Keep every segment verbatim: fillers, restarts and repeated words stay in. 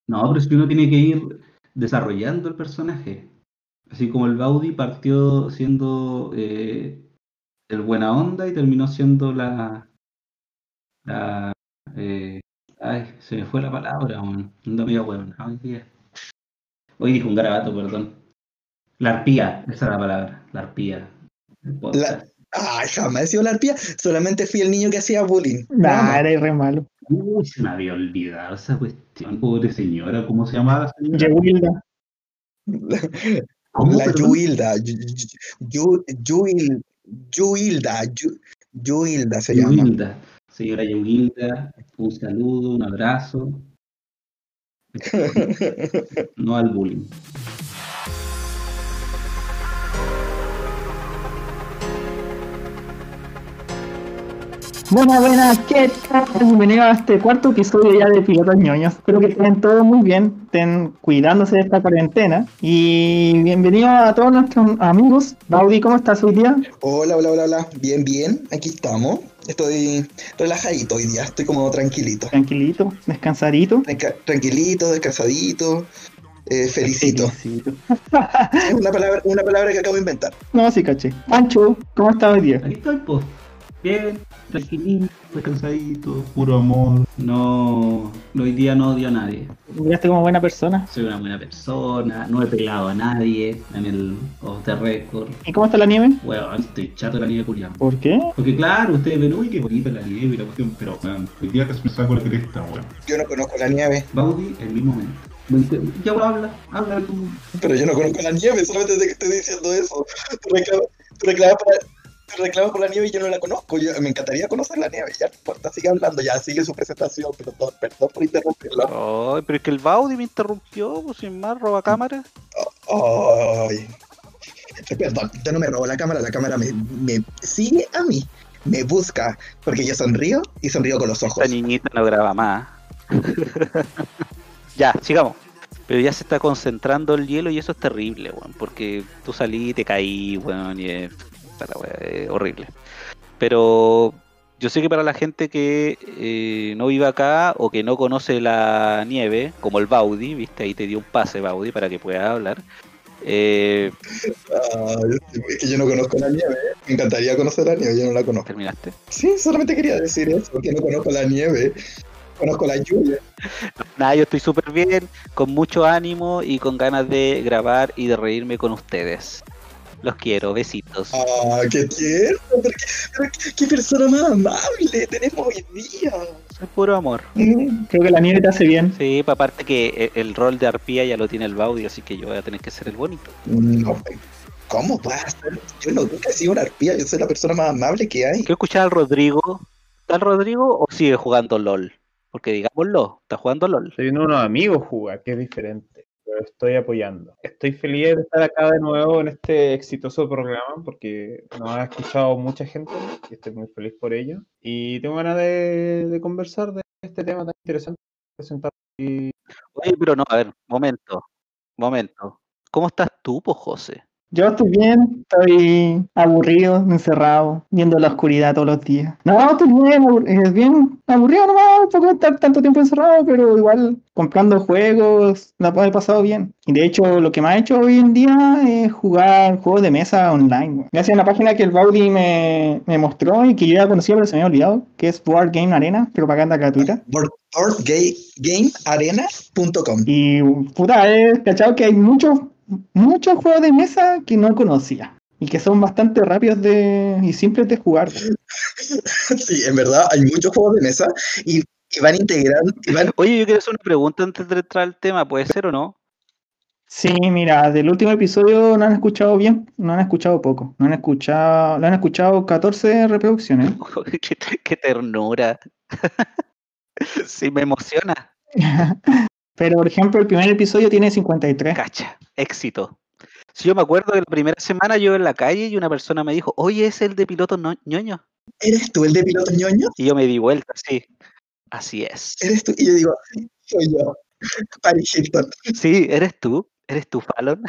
No, pero es que uno tiene que ir desarrollando el personaje. Así como el Baudi partió siendo eh, el buena onda y terminó siendo la... la eh, ay, se me fue la palabra, weón. Ando medio weón. Hoy día. Hoy dijo un garabato, perdón. La arpía, esa es la palabra. La arpía. El La... podcast. Ay, jamás he sido la arpía, solamente fui el niño que hacía bullying, nada Nah, más. era re malo. Uy, se me había olvidado esa cuestión. Pobre señora, ¿cómo se llamaba la señora? Yewilda. ¿Cómo, La perdón? Yuilda, Yu- Yu- Yuil- Yuilda, Yu- Yuilda se llama. Yugilda. Señora Yugilda, un saludo, un abrazo. No al bullying. Buenas, buenas, ¿qué tal? Bienvenidos a este cuarto episodio ya de Pilotos Ñoños. Espero que estén todos muy bien, estén cuidándose de esta cuarentena. Y bienvenidos a todos nuestros amigos. Baudi, ¿cómo estás hoy día? Hola, hola, hola, hola. Bien, bien, aquí estamos. Estoy relajadito hoy día, estoy como tranquilito. Tranquilito, descansadito. Tranca- tranquilito, descansadito, eh, felicito. Felicito. Es una palabra, una palabra que acabo de inventar. No, sí, caché. Pancho, ¿cómo estás hoy día? Aquí estoy, pues. Bien, tranquilito, descansadito, puro amor. No, hoy día no odio a nadie. ¿Miraste como buena persona? Soy una buena persona, no he pegado a nadie en el off the record. ¿Y cómo está la nieve? Bueno, estoy chato de la nieve culiada. ¿Por qué? Porque claro, ustedes ven, uy, qué bonita la nieve y la cuestión, pero weón, hoy día casi me saco la cresta, weón. Yo no conozco la nieve, Baudi, el mismo momento. Ya vos habla, habla tú. pero yo no conozco la nieve, solamente te estoy diciendo eso. Tú reclamas, tú reclamas por la, tú reclamas por la nieve y yo no la conozco. Yo, me encantaría conocer la nieve, ya no importa, sigue hablando, ya sigue su presentación, perdón, perdón por interrumpirlo. Ay, pero es que el Baudi me interrumpió, pues sin más, roba cámara. Ay, perdón, yo no me robo la cámara, la cámara me, me sigue a mí, me busca, porque yo sonrío y sonrío con los ojos. Esta niñita no graba más. Ya, sigamos. Pero ya se está concentrando el hielo y eso es terrible, weón. Porque tú salí y te caí, weón, y es, puta la wea, es horrible. Pero yo sé que para la gente que eh, no vive acá o que no conoce la nieve, como el Baudi, viste, ahí te dio un pase, Baudi, para que puedas hablar. Eh, Ay, es que yo no conozco la nieve, ¿eh? Me encantaría conocer la nieve, yo no la conozco. ¿Terminaste? Sí, solamente quería decir eso, que no conozco la nieve, conozco la lluvia. Nada, yo estoy súper bien, con mucho ánimo y con ganas de grabar y de reírme con ustedes. Los quiero, besitos. Ah, qué tierno, pero qué, pero qué- qué persona más amable tenemos hoy día. Soy puro amor. Mm, Creo que la nieve te hace bien. Sí, pa- aparte que el, el rol de arpía ya lo tiene el Baudi, así que yo voy a tener que ser el bonito. No, ¿cómo vas a ser? Yo no, nunca he sido una arpía, yo soy la persona más amable que hay. Quiero escuchar al Rodrigo. ¿Está el Rodrigo o sigue jugando LOL? Porque digámoslo, está jugando LOL. Estoy viendo unos amigos jugar, que es diferente, pero estoy apoyando. Estoy feliz de estar acá de nuevo en este exitoso programa porque nos ha escuchado mucha gente y estoy muy feliz por ello. Y tengo ganas de, de conversar de este tema tan interesante, presentar y Oye, pero no, a ver, momento, momento. ¿Cómo estás tú, po, José? Yo estoy bien, estoy aburrido, encerrado, viendo la oscuridad todos los días. No, estoy bien, abur- eh, bien aburrido nomás, un poco estar tanto tiempo encerrado, pero igual comprando juegos, la he pasado bien. Y de hecho, lo que más he hecho hoy en día es jugar juegos de mesa online, güey. Gracias a una página que el Baudi me, me mostró y que yo ya conocía, pero se me había olvidado, que es Board Game Arena, propaganda gratuita. board game arena punto com. Y puta, he cachado que hay muchos, muchos juegos de mesa que no conocía. Y que son bastante rápidos de y simples de jugar. Sí, en verdad hay muchos juegos de mesa y, y van integrando, y van, Oye, yo quiero hacer una pregunta antes de entrar al tema, ¿puede ser o no? Sí, mira, del último episodio no han escuchado bien, no han escuchado poco. No han escuchado, lo han escuchado catorce reproducciones. qué, qué ternura. Sí, me emociona. Pero, por ejemplo, el primer episodio tiene cincuenta y tres. Cacha, éxito. Si yo me acuerdo que la primera semana yo en la calle y una persona me dijo, oye, es el de piloto no- ñoño. ¿eres tú el de piloto ñoño? Y yo me di vuelta, sí. Así es. ¿Eres tú? Y yo digo, soy yo, Paris Hilton. Sí, eres tú. ¿Eres tú, Fallon?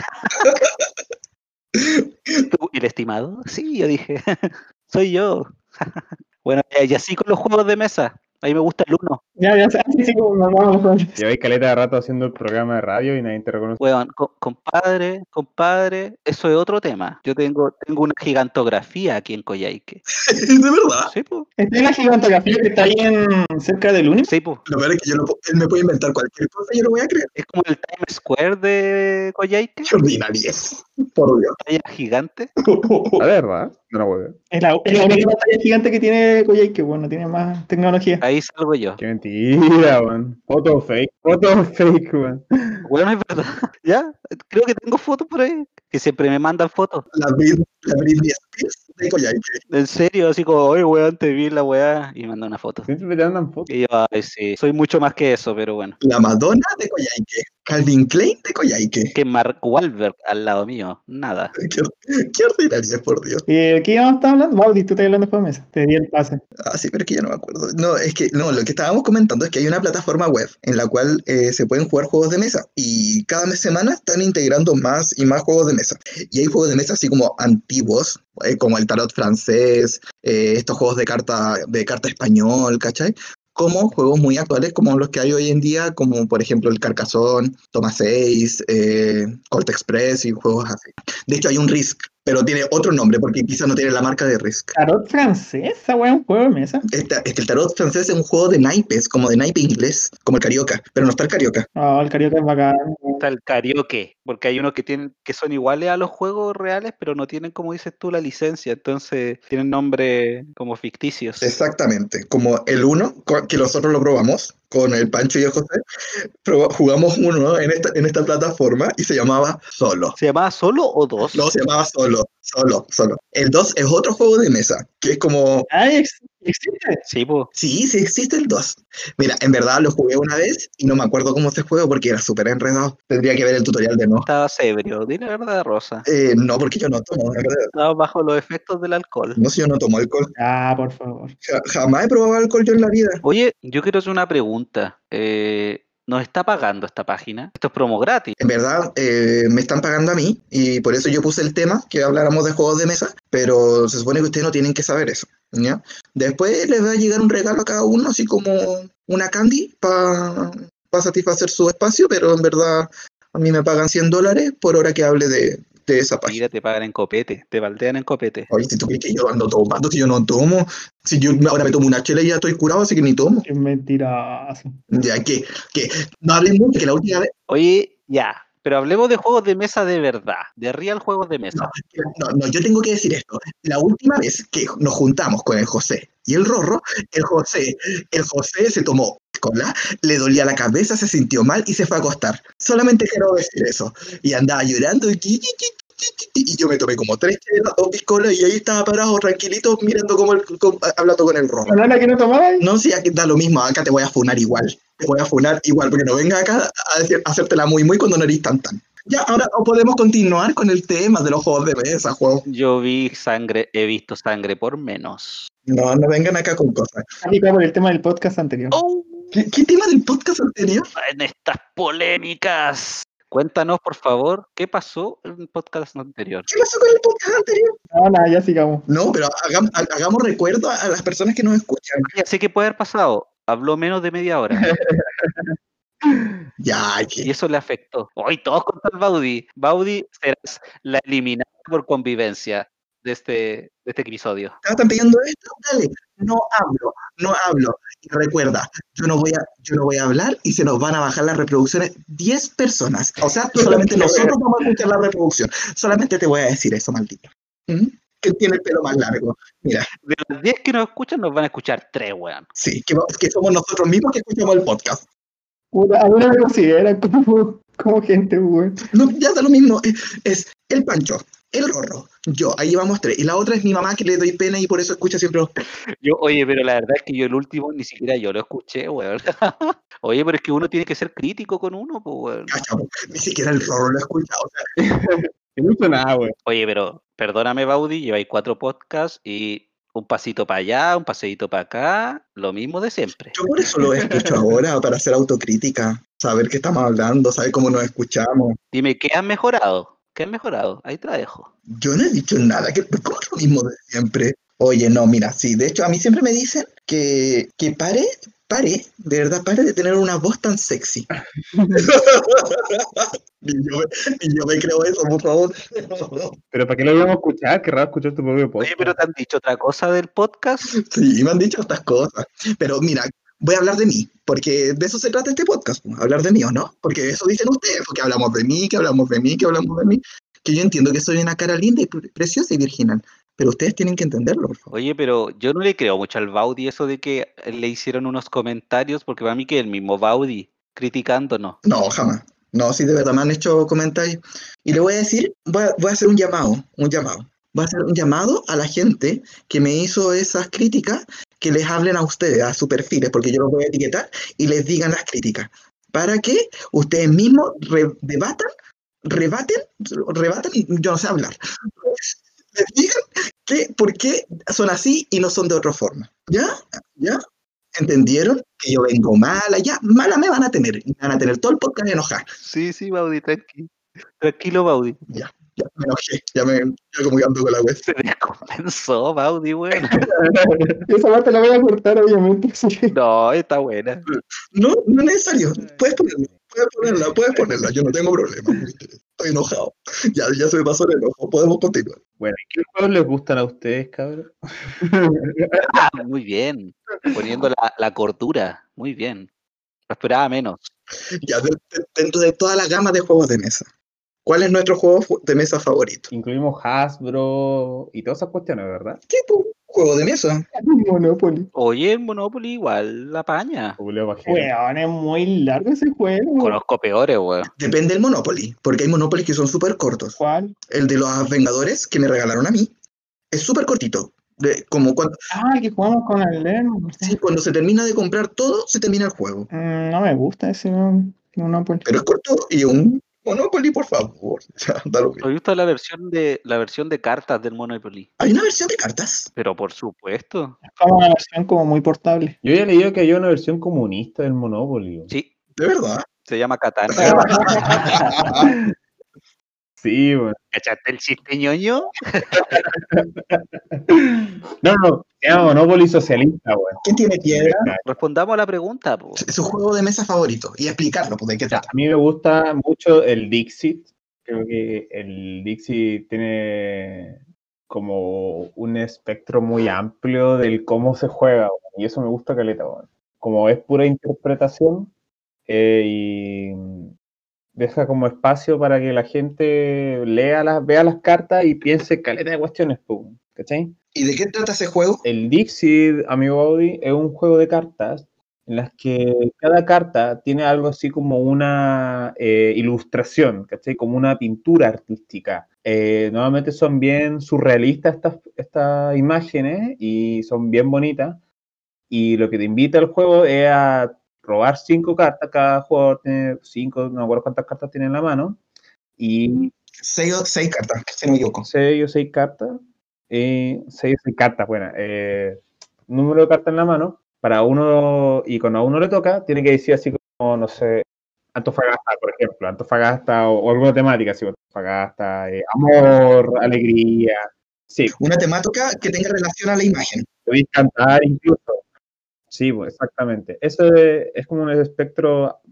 ¿Tú, el estimado? Sí, yo dije, soy yo. Bueno, y así con los juegos de mesa. A mí me gusta el uno. Ya, ya, sí, sí, como nos vamos con- Lleváis caleta de rato haciendo el programa de radio y nadie te reconoce. Weón, co- compadre, compadre, eso es otro tema. Yo tengo, tengo una gigantografía aquí en Coyhaique. ¿De verdad? Sí, pues. Está en la gigantografía que está ahí en, cerca del Uni. Sí, pues. Lo peor es que yo lo, él me puede inventar cualquier cosa y yo lo voy a creer. Es como el Times Square de Coyhaique. Qué ordinario es. Por Dios. Talla gigante. La verdad, no la voy a ver. Es la, es la única pantalla gigante que tiene Coyhaique, bueno, tiene más tecnología. Ahí salgo yo. Qué mentira, weón. Foto fake, foto fake, weón. Bueno, es verdad. Ya, creo que tengo fotos por ahí. Que siempre me mandan fotos. La, Brit- la Britney Spears de Coyhaique. En serio, así como, oye, weón, te vi la weá. Y me mandan una foto. Siempre te mandan fotos. Y yo, ay, sí, soy mucho más que eso, pero bueno. La Madonna de Coyhaique. Calvin Klein de Coyhaique. Que Mark Wahlberg al lado mío, nada. Qué, qué ordinario es, por Dios. ¿Y qué íbamos a estar hablando? Baudi, tú estás hablando después de mesa. Te di el pase. Ah, sí, pero es que ya no me acuerdo. No, es que, no, lo que estábamos comentando es que hay una plataforma web en la cual eh, se pueden jugar juegos de mesa y cada mes- semana están integrando más y más juegos de mesa. Y hay juegos de mesa así como antiguos, eh, como el tarot francés, eh, estos juegos de carta, de carta español, ¿cachai? Como juegos muy actuales como los que hay hoy en día, como por ejemplo el Carcassonne, Toma seis, eh, Colt Express y juegos así. De hecho hay un Risk, pero tiene otro nombre porque quizás no tiene la marca de Risk. ¿Tarot francés? ¿Esa weá es un juego de mesa? Esta- es que el tarot francés es un juego de naipes, como de naipe inglés, como el carioca, pero no está el carioca. Oh, el carioca es bacán. Está el karaoke, porque hay unos que tienen que son iguales a los juegos reales, pero no tienen, como dices tú, la licencia, entonces tienen nombres como ficticios. Exactamente, como el uno, co- que nosotros lo probamos con el Pancho y el José, proba- jugamos uno en esta, en esta plataforma y se llamaba Solo. ¿Se llamaba solo o dos? No, se llamaba Solo, Solo, Solo. El dos es otro juego de mesa, que es como... Ay, ex- existe. Sí, pues. Sí, sí existe el dos. Mira, en verdad lo jugué una vez y no me acuerdo cómo se juega porque era súper enredado. Tendría que ver el tutorial de nuevo. Estabas ebrio, di la verdad, Rosa. Eh, no, porque yo no tomo, en verdad. Estabas bajo los efectos del alcohol. No, si yo no tomo alcohol. Ah, por favor. Ja- jamás he probado alcohol yo en la vida. Oye, yo quiero hacer una pregunta. Eh, ¿nos está pagando esta página? Esto es promo gratis. En verdad, eh, me están pagando a mí y por eso yo puse el tema, que habláramos de juegos de mesa, pero se supone que ustedes no tienen que saber eso, ¿ya? Después les va a llegar un regalo a cada uno, así como una candy para satisfacer su espacio, pero en verdad a mí me pagan cien dólares por hora que hable de, de esa página. Mira, te pagan en copete, te baldean en copete. Oye, si tú crees que yo ando tomando, si yo no tomo, si yo ahora me tomo una chela y ya estoy curado, así que ni tomo. Qué mentiroso. Ya que, que no hablen mucho, que la última vez, Oye, ya, pero hablemos de juegos de mesa de verdad, de real juegos de mesa. no, no, yo tengo que decir esto. La última vez que nos juntamos con el José y el Rorro, el José, el José se tomó cola, le dolía la cabeza, se sintió mal y se fue a acostar. Solamente quiero decir eso. Y andaba llorando y, y yo me tomé como tres chelas, dos piscolas y ahí estaba parado tranquilito mirando como el, como- hablando con el Rorro. ¿La que no tomaba? No, si aquí da lo mismo, acá te voy a funar igual. Te voy a funar igual, porque no venga acá a, decir, a hacértela muy muy cuando no eres tan tan. Ya, ahora podemos continuar con el tema de los juegos de mesa, juegos. Yo vi sangre, he visto sangre por menos. No, no vengan acá con cosas. Aplicado por el tema del podcast anterior. ¡Oh! ¿Qué, qué tema del podcast anterior? En estas polémicas. Cuéntanos, por favor, ¿qué pasó en el podcast anterior? ¿Qué pasó con el podcast anterior? No, nada, ya sigamos. No, pero hagamos, hagamos recuerdo a, a las personas que nos escuchan. Ya sé que puede haber pasado. Habló menos de media hora. Ya, Y que... eso le afectó. Hoy todos contra el Baudi. Baudi serás la eliminada por convivencia de este, de este episodio. ¿Están pidiendo esto? Dale, no hablo, no hablo. Y recuerda, yo no voy a, yo no voy a hablar y se nos van a bajar las reproducciones diez personas. O sea, solamente nosotros vamos a escuchar la reproducción. Solamente te voy a decir eso, maldito. ¿Mm? Que tiene el pelo más largo. Mira, De las diez que nos escuchan, nos van a escuchar tres, weón. sí, que, que somos nosotros mismos que escuchamos el podcast. Puta, algunos me consideran como, como gente, güey. No, ya da lo mismo. Es, es el Pancho, el Rorro, yo, ahí llevamos tres. Y la otra es mi mamá que le doy pena y por eso escucha siempre los... Yo, oye, pero la verdad es que yo el último ni siquiera yo lo escuché, weón. Oye, pero es que uno tiene que ser crítico con uno, pues, weón. Cacha, ni siquiera el Rorro lo ha escuchado. O sea, Que no hizo nada, güey. Oye, pero perdóname, Baudi, lleváis cuatro podcasts y un pasito para allá, un paseíto para acá, lo mismo de siempre. yo por eso lo escucho ahora, para hacer autocrítica, saber qué estamos hablando, saber cómo nos escuchamos. Dime, ¿qué has mejorado? que han mejorado. Ahí te la dejo. Yo no he dicho nada, que ¿cómo es lo mismo de siempre? Oye, no, mira, sí, de hecho a mí siempre me dicen que, que pare, pare, de verdad, pare de tener una voz tan sexy. Ni yo, me- ni yo me creo eso, por favor. Pero ¿para qué lo íbamos a escuchar? Qué raro escuchar tu propio Oye, podcast. pero ¿te han dicho otra cosa del podcast? Sí, me han dicho estas cosas. Pero mira, voy a hablar de mí, porque de eso se trata este podcast, pues, hablar de mí, ¿o no? Porque eso dicen ustedes, porque hablamos de mí, que hablamos de mí, que hablamos de mí. Que yo entiendo que soy una cara linda y pre- preciosa y virginal, pero ustedes tienen que entenderlo, por favor. Oye, pero yo no le creo mucho al Baudi eso de que le hicieron unos comentarios, porque para mí que el mismo Baudi criticándonos. No, jamás. No, sí, de verdad me han hecho comentarios. Y le voy a decir, voy a, voy a hacer un llamado, un llamado. Voy a hacer un llamado a la gente que me hizo esas críticas, que les hablen a ustedes, a sus perfiles, porque yo los voy a etiquetar y les digan las críticas. Para que ustedes mismos re- debatan, rebaten, rebaten, yo no sé hablar. Les digan que por qué son así y no son de otra forma. ¿Ya? ¿Ya? ¿Entendieron? Que yo vengo mala, ya, mala me van a tener. Y me van a tener todo el podcast enojado. Sí, sí, Baudi, tranquilo. Tranquilo, Baudi. Ya, ya me enojé, ya me ya como que ando con la web. Se descompensó, Baudi, weón. Esa parte la voy a cortar, obviamente. Sí. No, está buena. No, no es necesario. Puedes ponerla, puedes ponerla, puedes ponerla. Yo no tengo problema. Estoy enojado. Ya, ya se me pasó el enojo. Podemos continuar. Bueno, ¿y qué juegos les gustan a ustedes, cabrón? Ah, muy bien. Poniendo la, la cordura. Muy bien. Lo esperaba menos. Ya, de- de- dentro de toda la gama de juegos de mesa, ¿cuál es nuestro juego fu- de mesa favorito? Incluimos Hasbro y todas esas cuestiones, ¿verdad? ¿Qué po? Juego de mesa? Monopoly. Oye, el Monopoly igual la paña. Julio Bajero. Weón, es muy largo ese juego. Conozco peores, weón. Depende del Monopoly, porque hay Monopoly que son súper cortos. ¿Cuál? El de los Vengadores que me regalaron a mí es súper cortito. De, como cuando, Ah, que jugamos con el Lerno. sí, cuando se termina de comprar todo, se termina el juego. Mm, no me gusta ese um, Monopoly. Pero es corto y un Monopoly, por favor. Ya, da lo mismo. ¿Has visto la versión de la versión de cartas del Monopoly? Hay una versión de cartas. Pero por supuesto. Es como una versión como muy portable. Yo había leído que había una versión comunista del Monopoly. Sí, De verdad. se llama Catán. Sí, bueno. ¿Cachaste el chiste ñoño? No, no, se llama Monopoly socialista, weón. ¿Quién tiene piedra? Respondamos a la pregunta, po. Es su juego de mesa favorito. Y explicarlo, pues de qué O sea, trata. a mí me gusta mucho el Dixit. Creo que el Dixit tiene como un espectro muy amplio del cómo se juega, weón, y eso me gusta caleta, weón. Como es pura interpretación eh, y deja como espacio para que la gente lea las, vea las cartas y piense caleta de cuestiones, pues, ¿cachai? ¿Y de qué trata ese juego? El Dixit, amigo Audi, es un juego de cartas en las que cada carta tiene algo así como una eh, ilustración, ¿cachai? Como una pintura artística. Eh, normalmente son bien surrealistas estas, estas imágenes y son bien bonitas. Y lo que te invita al juego es a robar cinco cartas. Cada jugador tiene cinco, no me acuerdo cuántas cartas tiene en la mano. Y Seis, seis cartas, si no me equivoco. seis o seis cartas. Eh, seis o seis cartas, bueno. Eh, número de cartas en la mano. Para uno, y cuando a uno le toca, tiene que decir así como, no sé, Antofagasta, por ejemplo. Antofagasta o, o alguna temática, así, Antofagasta, eh, amor, alegría. Sí, Una temática que tenga relación a la imagen. podéis cantar incluso. Sí, pues, exactamente. Eso es, es como un espectro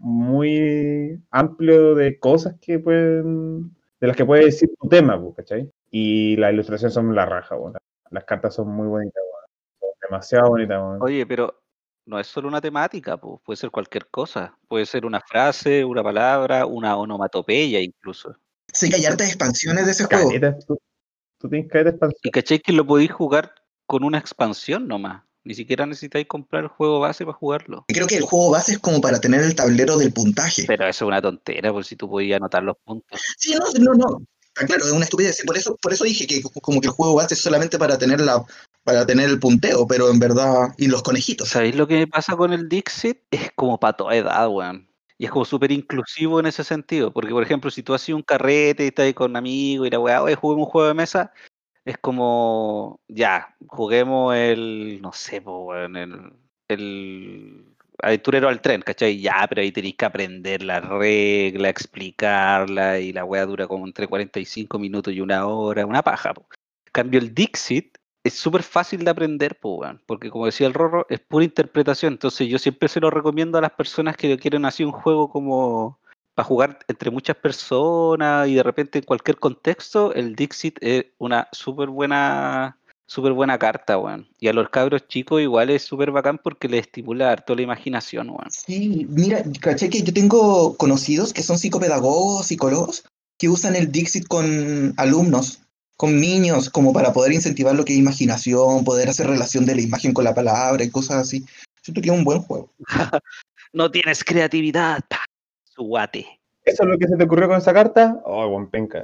muy amplio de cosas que pueden, de las que puede decir tu tema, pues, ¿cachai? Y las ilustraciones son la raja, bueno. Las cartas son muy bonitas, bueno. Son demasiado bonitas, bueno. Oye, pero no es solo una temática, po. Puede ser cualquier cosa. Puede ser una frase, una palabra, una onomatopeya incluso. Sé que hay hartas expansiones de ese juego. Caleta, tú, tú tienes caleta de expansión. Y cachai que lo podéis jugar con una expansión nomás. Ni siquiera necesitáis comprar el juego base para jugarlo. Creo que el juego base es como para tener el tablero del puntaje. Pero eso es una tontera, por si tú podías anotar los puntos. Sí, no, no, no. Está claro, es una estupidez. Por eso, por eso dije que como que el juego base es solamente para tener la, para tener el punteo, pero en verdad, y los conejitos. ¿Sabéis lo que me pasa con el Dixit? Es como para toda edad, weón. Y es como súper inclusivo en ese sentido. Porque, por ejemplo, si tú haces un carrete y estás ahí con amigos y la weá, oye, juguemos un juego de mesa, es como, ya, juguemos el, no sé, po, weón, el, el, aventurero al tren, ¿cachai? Ya, pero ahí tenéis que aprender la regla, explicarla, y la weá dura como entre cuarenta y cinco minutos y una hora, una paja, po. En cambio, el Dixit es súper fácil de aprender, po, weón, porque como decía el Rorro, es pura interpretación. Entonces yo siempre se lo recomiendo a las personas que quieren hacer un juego como para jugar entre muchas personas y de repente en cualquier contexto, el Dixit es una súper buena, súper buena carta, weón. Y a los cabros chicos igual es súper bacán porque les estimula harto la imaginación, weón. Sí, mira, caché que yo tengo conocidos que son psicopedagogos, psicólogos, que usan el Dixit con alumnos, con niños, como para poder incentivar lo que es imaginación, poder hacer relación de la imagen con la palabra y cosas así. Siento que es un buen juego. No tienes creatividad, pa, su guate. ¿Eso es lo que se te ocurrió con esa carta? Oh, buen penca.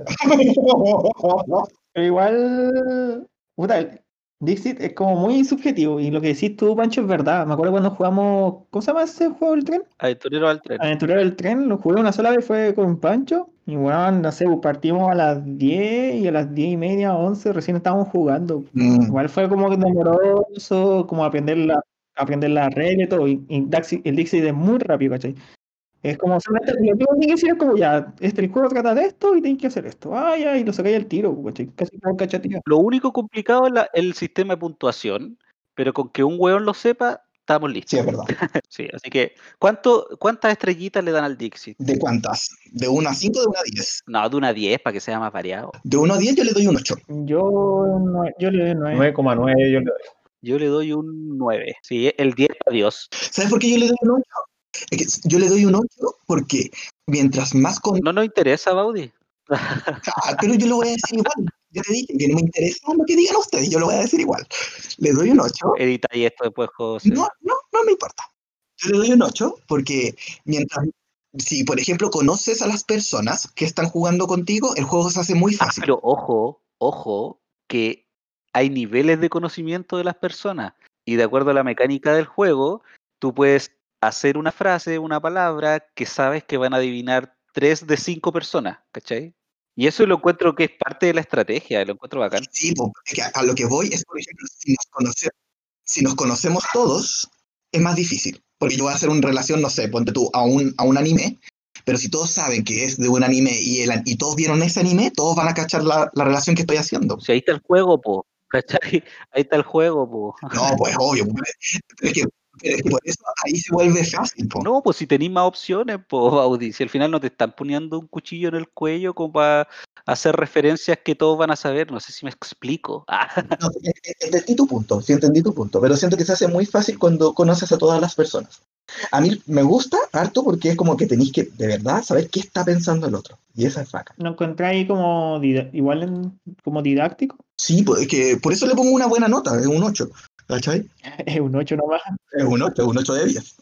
Pero igual, puta, Dixit es como muy subjetivo y lo que decís tú, Pancho, es verdad. Me acuerdo cuando jugamos, ¿cómo se llama ese juego del tren? Aventurero al tren. Aventurero del tren, lo jugué una sola vez, fue con Pancho. Y bueno, no sé, pues, partimos a las diez y a las diez y media, once recién estábamos jugando. Mm, Igual fue como que doloroso, como aprender la, aprender la regla y todo. Y, y Daxi- el Dixit es muy rápido, ¿cachai? Es como solamente lo único que tienes que decir es como ya, este el juego trata de esto y tienes que hacer esto. Ah, ya, y lo sacáis al tiro, ¿cachai? Casi como cachatilla. Lo único complicado es la- el sistema de puntuación, pero con que un weón lo sepa, estamos sí, listos. es verdad. Sí, así que, ¿cuánto, ¿cuántas estrellitas le dan al Dixit? ¿De cuántas? ¿De uno a cinco o de uno a diez? No, de una diez para que sea más variado. De uno a diez yo le doy un ocho. Yo, no, yo le doy nueve. nueve coma nueve yo le doy. Yo le doy un nueve. Sí, el diez para Dios. ¿Sabes por qué yo le doy un ocho? Es que yo le doy un ocho porque mientras más con... No nos interesa, Baudi. Ah, pero yo lo voy a decir igual. Ya te dije que no me interesa lo que digan ustedes, yo lo voy a decir igual. Le doy un ocho. Edita y esto después, José. No, no, no me importa. Yo le doy un ocho porque mientras, si por ejemplo conoces a las personas que están jugando contigo, el juego se hace muy Ah, fácil. pero ojo, ojo, que hay niveles de conocimiento de las personas. Y de acuerdo a la mecánica del juego, tú puedes hacer una frase, una palabra que sabes que van a adivinar tres de cinco personas, ¿cachai? Y eso lo encuentro que es parte de la estrategia, lo encuentro bacán. Sí, po, es que a, a lo que voy es, por ejemplo, si nos, conoce- si nos conocemos todos, es más difícil. Porque yo voy a hacer una relación, no sé, ponte tú, a un, a un anime, pero si todos saben que es de un anime y, el, an- y todos vieron ese anime, todos van a cachar la, la relación que estoy haciendo. Si ahí está el juego, po, ¿cachai? Ahí está el juego, po. No, pues obvio, pues, pero es que, pero es que por eso ahí se vuelve fácil, po. No, pues si tenéis más opciones, pues Audi, si al final no te están poniendo un cuchillo en el cuello como para hacer referencias que todos van a saber, no sé si me explico. Ah, No, e- e- entendí tu punto, sí entendí tu punto, pero siento que se hace muy fácil cuando conoces a todas las personas. A mí me gusta harto porque es como que tenéis que de verdad saber qué está pensando el otro. Y esa es vaca. ¿Lo encontré ahí como dida- igual en- como didáctico? Sí, pues, es que por eso le pongo una buena nota, es un ocho. ¿Cachai? Es un ocho nomás. Es un ocho, es un ocho de diez.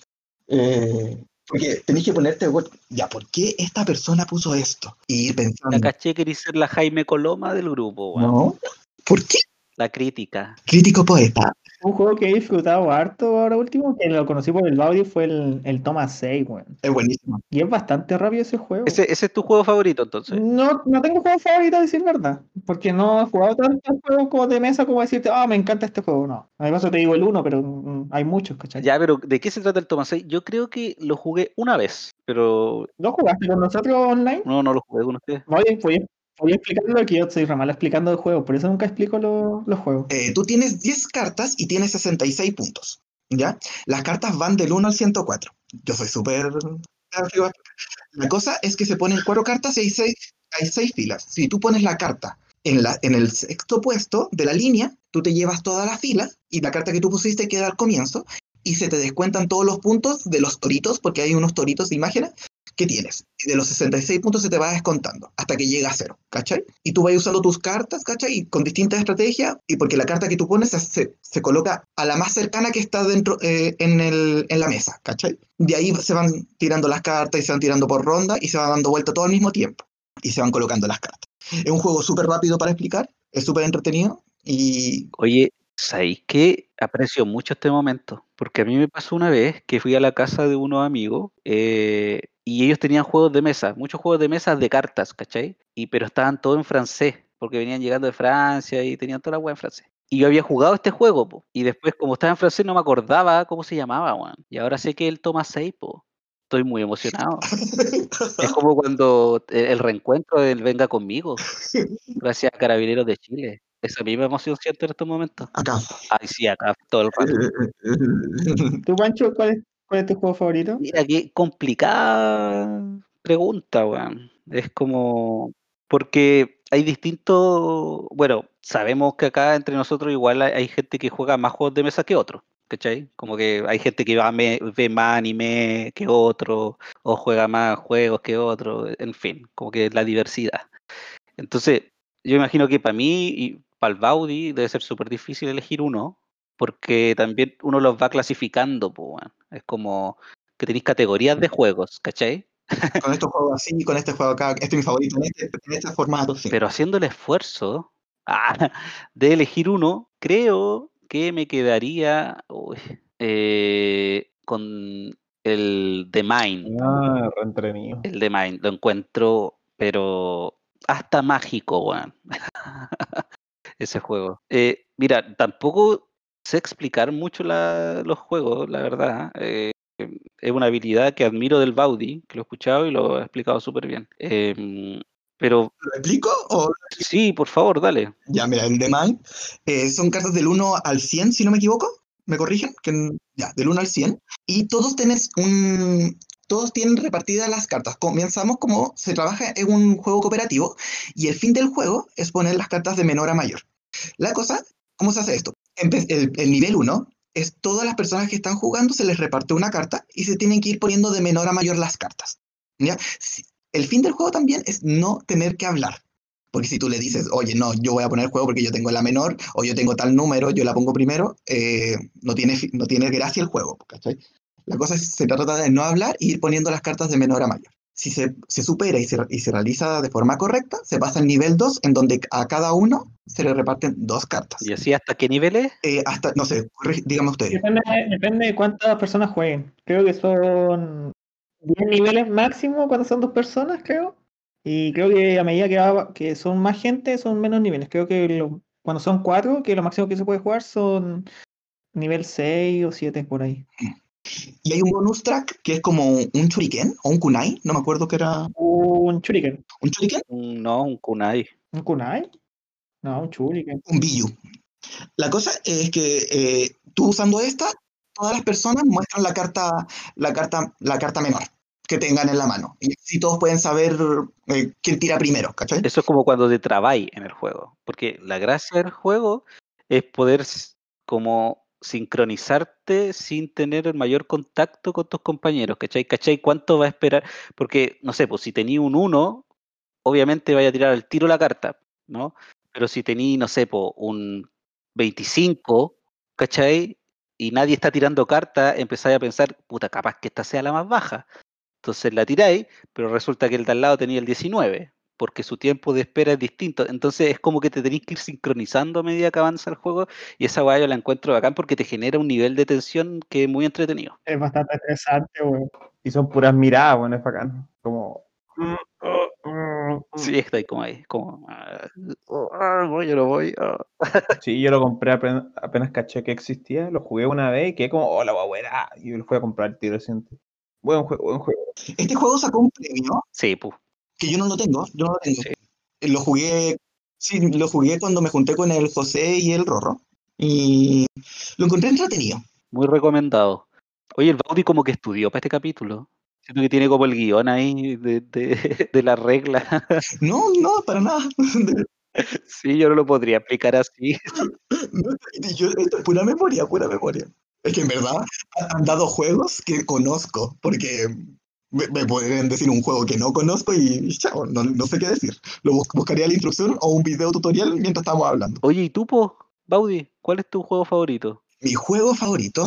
Eh, porque tenéis que ponerte, bueno, ya, ¿por qué esta persona puso esto? Y ir la pensando, caché quería ser la Jaime Coloma del grupo, weón. ¿no? ¿Por qué? La crítica. Crítico poeta. Un juego que he disfrutado harto ahora último, que lo conocí por el Baudi, fue el, el Toma seis, weón. Es buenísimo. Y es bastante rápido ese juego. Ese, ese es tu juego favorito, entonces. No, no tengo juego favorito, a decir verdad. Porque no he jugado tantos juegos como de mesa como decirte, ah, me encanta este juego. No. Además, te digo el uno, pero mm, hay muchos, ¿cachai? Ya, pero ¿de qué se trata el Thomas seis? Yo creo que lo jugué una vez, pero ¿No jugaste con nosotros online? no, no lo jugué con ustedes. Oye, voy a, voy a explicarlo, que yo soy re malo explicando de juegos, por eso nunca explico lo- los juegos. Eh, tú tienes diez cartas y tienes sesenta y seis puntos. ¿Ya? Las cartas van del uno al ciento cuatro. Yo soy súper... La cosa es que se ponen cuatro cartas y hay seis, hay seis filas. Si tú pones la carta en, la, en el sexto puesto de la línea, tú te llevas toda la fila y la carta que tú pusiste queda al comienzo y se te descuentan todos los puntos de los toritos, porque hay unos toritos de imágenes que tienes. Y de los sesenta y seis puntos se te va descontando hasta que llega a cero, ¿cachai? Y tú vas usando tus cartas, ¿cachai? Y con distintas estrategias, y porque la carta que tú pones se, se, se coloca a la más cercana que está dentro eh, en, el, en la mesa, ¿cachai? De ahí se van tirando las cartas y se van tirando por ronda y se va dando vuelta todo al mismo tiempo. Y se van colocando las cartas. Es un juego súper rápido para explicar, es súper entretenido y... Oye, ¿sabéis qué? Aprecio mucho este momento, porque a mí me pasó una vez que fui a la casa de unos amigos eh, y ellos tenían juegos de mesa, muchos juegos de mesa de cartas, ¿cachai? Y, pero estaban todos en francés, porque venían llegando de Francia y tenían toda la web en francés. Y yo había jugado este juego, po. Y después, como estaba en francés, no me acordaba cómo se llamaba, weón. Y ahora sé que él toma seis, po. Estoy muy emocionado. Es como cuando el, el reencuentro del Venga Conmigo, gracias a Carabineros de Chile. Esa misma emoción siento en estos momentos. Acá. Ay, sí, acá todo el rato. ¿Tú, Pancho, cuál es, cuál es tu juego favorito? Mira, qué complicada pregunta, weón. Es como, porque hay distintos, bueno, sabemos que acá entre nosotros igual hay, hay gente que juega más juegos de mesa que otros, ¿cachai? Como que hay gente que va me- ve más anime que otro, o juega más juegos que otro, en fin, como que la diversidad. Entonces, yo imagino que para mí y para el Baudi debe ser súper difícil elegir uno, porque también uno los va clasificando, pues, weón. Es como que tenéis categorías de juegos, ¿cachai? Con estos juegos así, con este juego acá, este es mi favorito, en este, en este formato, sí. Pero haciendo el esfuerzo ah, de elegir uno, creo que me quedaría uy, eh, con el The Mind. Ah, re entretenido. El The Mind lo encuentro, pero hasta mágico, weón. Ese juego. Eh, mira, tampoco sé explicar mucho la- los juegos, la verdad. Eh, es una habilidad que admiro del Baudi, que lo he escuchado y lo ha explicado súper bien. Em, pero ¿Lo explico? O... sí, por favor, dale. Ya, mira, el de Mind eh, son cartas del uno al cien, si no me equivoco. ¿Me corrigen? Que, n- ya, del uno al cien. Y todos tenés un... Todos tienen repartidas las cartas. Comenzamos como se trabaja en un juego cooperativo y el fin del juego es poner las cartas de menor a mayor. La cosa, ¿cómo se hace esto? Empe- El, el nivel uno es todas las personas que están jugando se les reparte una carta y se tienen que ir poniendo de menor a mayor las cartas. ¿Ya? Si- El fin del juego también es no tener que hablar. Porque si tú le dices, oye, no, yo voy a poner el juego porque yo tengo la menor, o yo tengo tal número, yo la pongo primero, eh, no, tiene, fi- no tiene gracia el juego, ¿cachai? La cosa es, se trata de no hablar e ir poniendo las cartas de menor a mayor. Si se, se supera y se, y se realiza de forma correcta, se pasa al nivel dos, en donde a cada uno se le reparten dos cartas. ¿Y así hasta qué niveles? Eh, hasta, no sé, corri- díganme ustedes. Depende, depende de cuántas personas jueguen. Creo que son diez niveles máximo cuando son dos personas, creo. Y creo que a medida que, va- que son más gente, son menos niveles. Creo que lo- cuando son cuatro, que lo máximo que se puede jugar son nivel seis o siete por ahí. Y hay un bonus track que es como un shuriken o un kunai, no me acuerdo que era Un shuriken. un shuriken, Un- No, un kunai. ¿Un kunai? No, un shuriken. un biyu. La cosa es que eh, tú usando esta, todas las personas muestran la carta, la carta, la carta menor que tengan en la mano. Y así todos pueden saber eh, quién tira primero, ¿cachai? Eso es como cuando te trabáis en el juego. Porque la gracia del juego es poder s- como sincronizarte sin tener el mayor contacto con tus compañeros, ¿cachai? ¿Cachai? ¿Cuánto va a esperar? Porque, no sé, pues si tenía un uno, obviamente vaya a tirar al tiro la carta, ¿no? Pero si tenía, no sé, po, un veinticinco, ¿cachai? Y nadie está tirando carta, empezáis a pensar, puta, capaz que esta sea la más baja. Entonces la tiráis, pero resulta que el de al lado tenía el diecinueve, porque su tiempo de espera es distinto. Entonces es como que te tenéis que ir sincronizando a medida que avanza el juego, y esa weá yo la encuentro bacán porque te genera un nivel de tensión que es muy entretenido. Es bastante estresante, weón. Y son puras miradas, bueno, es bacán. Como. mm, oh, mm, mm. Sí, está ahí como ahí, como, ah, ah, voy, yo no voy. ah. Sí, yo lo compré apenas, apenas caché que existía, lo jugué una vez y quedé como, oh, la buena. Y yo lo fui a comprar el tiro reciente. Buen juego, buen juego. Este juego sacó un premio Sí, pues, que yo no lo tengo, yo no lo tengo. sí. Lo jugué, sí, lo jugué cuando me junté con el José y el Rorro. Y lo encontré entretenido. Muy recomendado. Oye, el Baudi como que estudió para este capítulo. Siento que tiene como el guión ahí de, de, de la regla. No, no, para nada. Sí, yo no lo podría explicar así. No, yo- esto es pura memoria, pura memoria. Es que en verdad ha- han dado juegos que conozco, porque me, me pueden decir un juego que no conozco y, y chao, no, no sé qué decir. Lo bus- buscaría la instrucción o un video tutorial mientras estamos hablando. Oye, ¿y tú, po, Baudi? ¿Cuál es tu juego favorito? Mi juego favorito,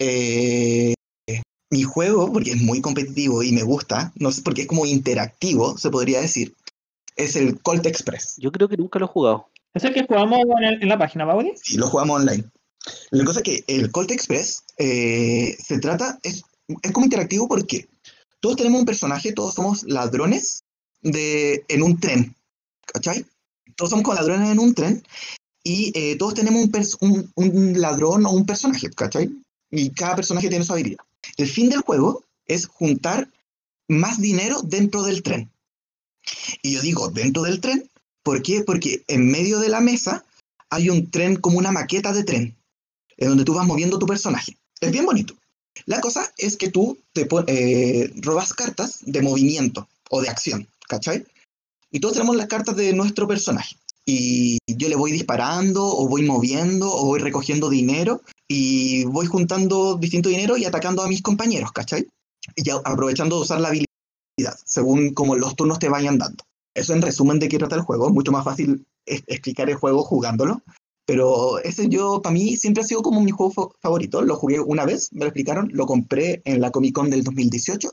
eh, mi juego, porque es muy competitivo y me gusta, no sé, porque es como interactivo, se podría decir, es el Colt Express. Yo creo que nunca lo he jugado. ¿Es el que jugamos en, el- en la página, Pauli? Y lo jugamos online. La cosa es que el Colt Express eh, se trata, es, es como interactivo porque todos tenemos un personaje, todos somos ladrones de, en un tren, ¿cachai? Todos somos como ladrones en un tren y eh, todos tenemos un, pers- un, un ladrón o un personaje, ¿cachai? Y cada personaje tiene su habilidad. El fin del juego es juntar más dinero dentro del tren. Y yo digo dentro del tren, ¿por qué? Porque en medio de la mesa hay un tren como una maqueta de tren, en donde tú vas moviendo tu personaje. Es bien bonito. La cosa es que tú te pon- eh, robas cartas de movimiento o de acción, ¿cachai? Y todos tenemos las cartas de nuestro personaje. Y yo le voy disparando, o voy moviendo, o voy recogiendo dinero, y voy juntando distinto dinero y atacando a mis compañeros, ¿cachai? Y a- aprovechando de usar la habilidad, según como los turnos te vayan dando. Eso en resumen de qué trata el juego. Es mucho más fácil es- explicar el juego jugándolo. Pero ese yo, para mí, siempre ha sido como mi juego fa- favorito. Lo jugué una vez, me lo explicaron, lo compré en la Comic Con del dos mil dieciocho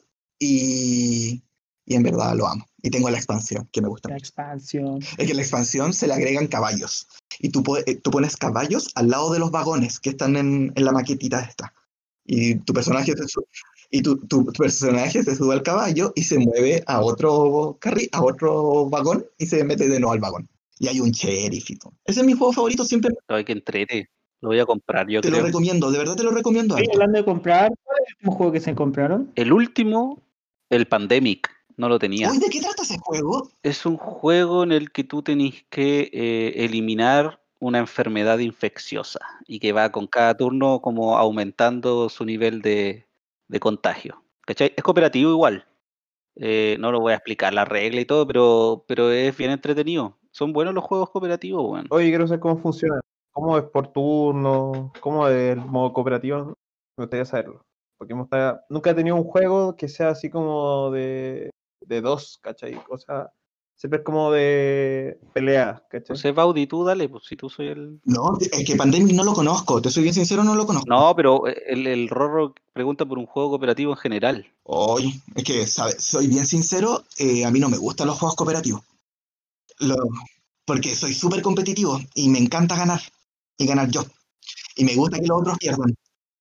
y, y en verdad lo amo. Y tengo la expansión, que me gusta La mucho. expansión. Es que en la expansión se le agregan caballos. Y tú, po- eh, tú pones caballos al lado de los vagones que están en, en la maquetita esta. Y tu personaje se sube, y tu, tu- tu personaje se sube al caballo y se mueve a otro carril, a otro vagón y se mete de nuevo al vagón. Y hay un sheriff y todo. Ese es mi juego favorito, siempre Ay, que entrete. Lo voy a comprar, yo te lo creo. recomiendo, de verdad te lo recomiendo Oye, harto. hablando de comprar, ¿cuál es el último juego que se compraron? El último, el Pandemic, no lo tenía. Uy, ¿de qué trata ese juego? Es un juego en el que tú tenés que eh, eliminar una enfermedad infecciosa y que va con cada turno como aumentando su nivel de, de contagio. ¿Cachai? Es cooperativo igual. Eh, no lo voy a explicar la regla y todo, pero, pero es bien entretenido. Son buenos los juegos cooperativos, weón. Oye, quiero saber cómo funciona. ¿Cómo es por turno? ¿Cómo es el modo cooperativo? Me gustaría saberlo. Porque me gustaría- nunca he tenido un juego que sea así como de, de dos, ¿cachai? O sea, siempre es como de pelea, ¿cachai? No sé, Baudi, tú dale, pues si tú soy el... No, es que Pandemic no lo conozco, te soy bien sincero, no lo conozco. No, pero el, el Rorro pregunta por un juego cooperativo en general. Oye, es que, ¿sabes? Soy bien sincero, eh, a mí no me gustan los juegos cooperativos. Lo- porque soy súper competitivo y me encanta ganar y ganar yo. Y me gusta que los otros pierdan.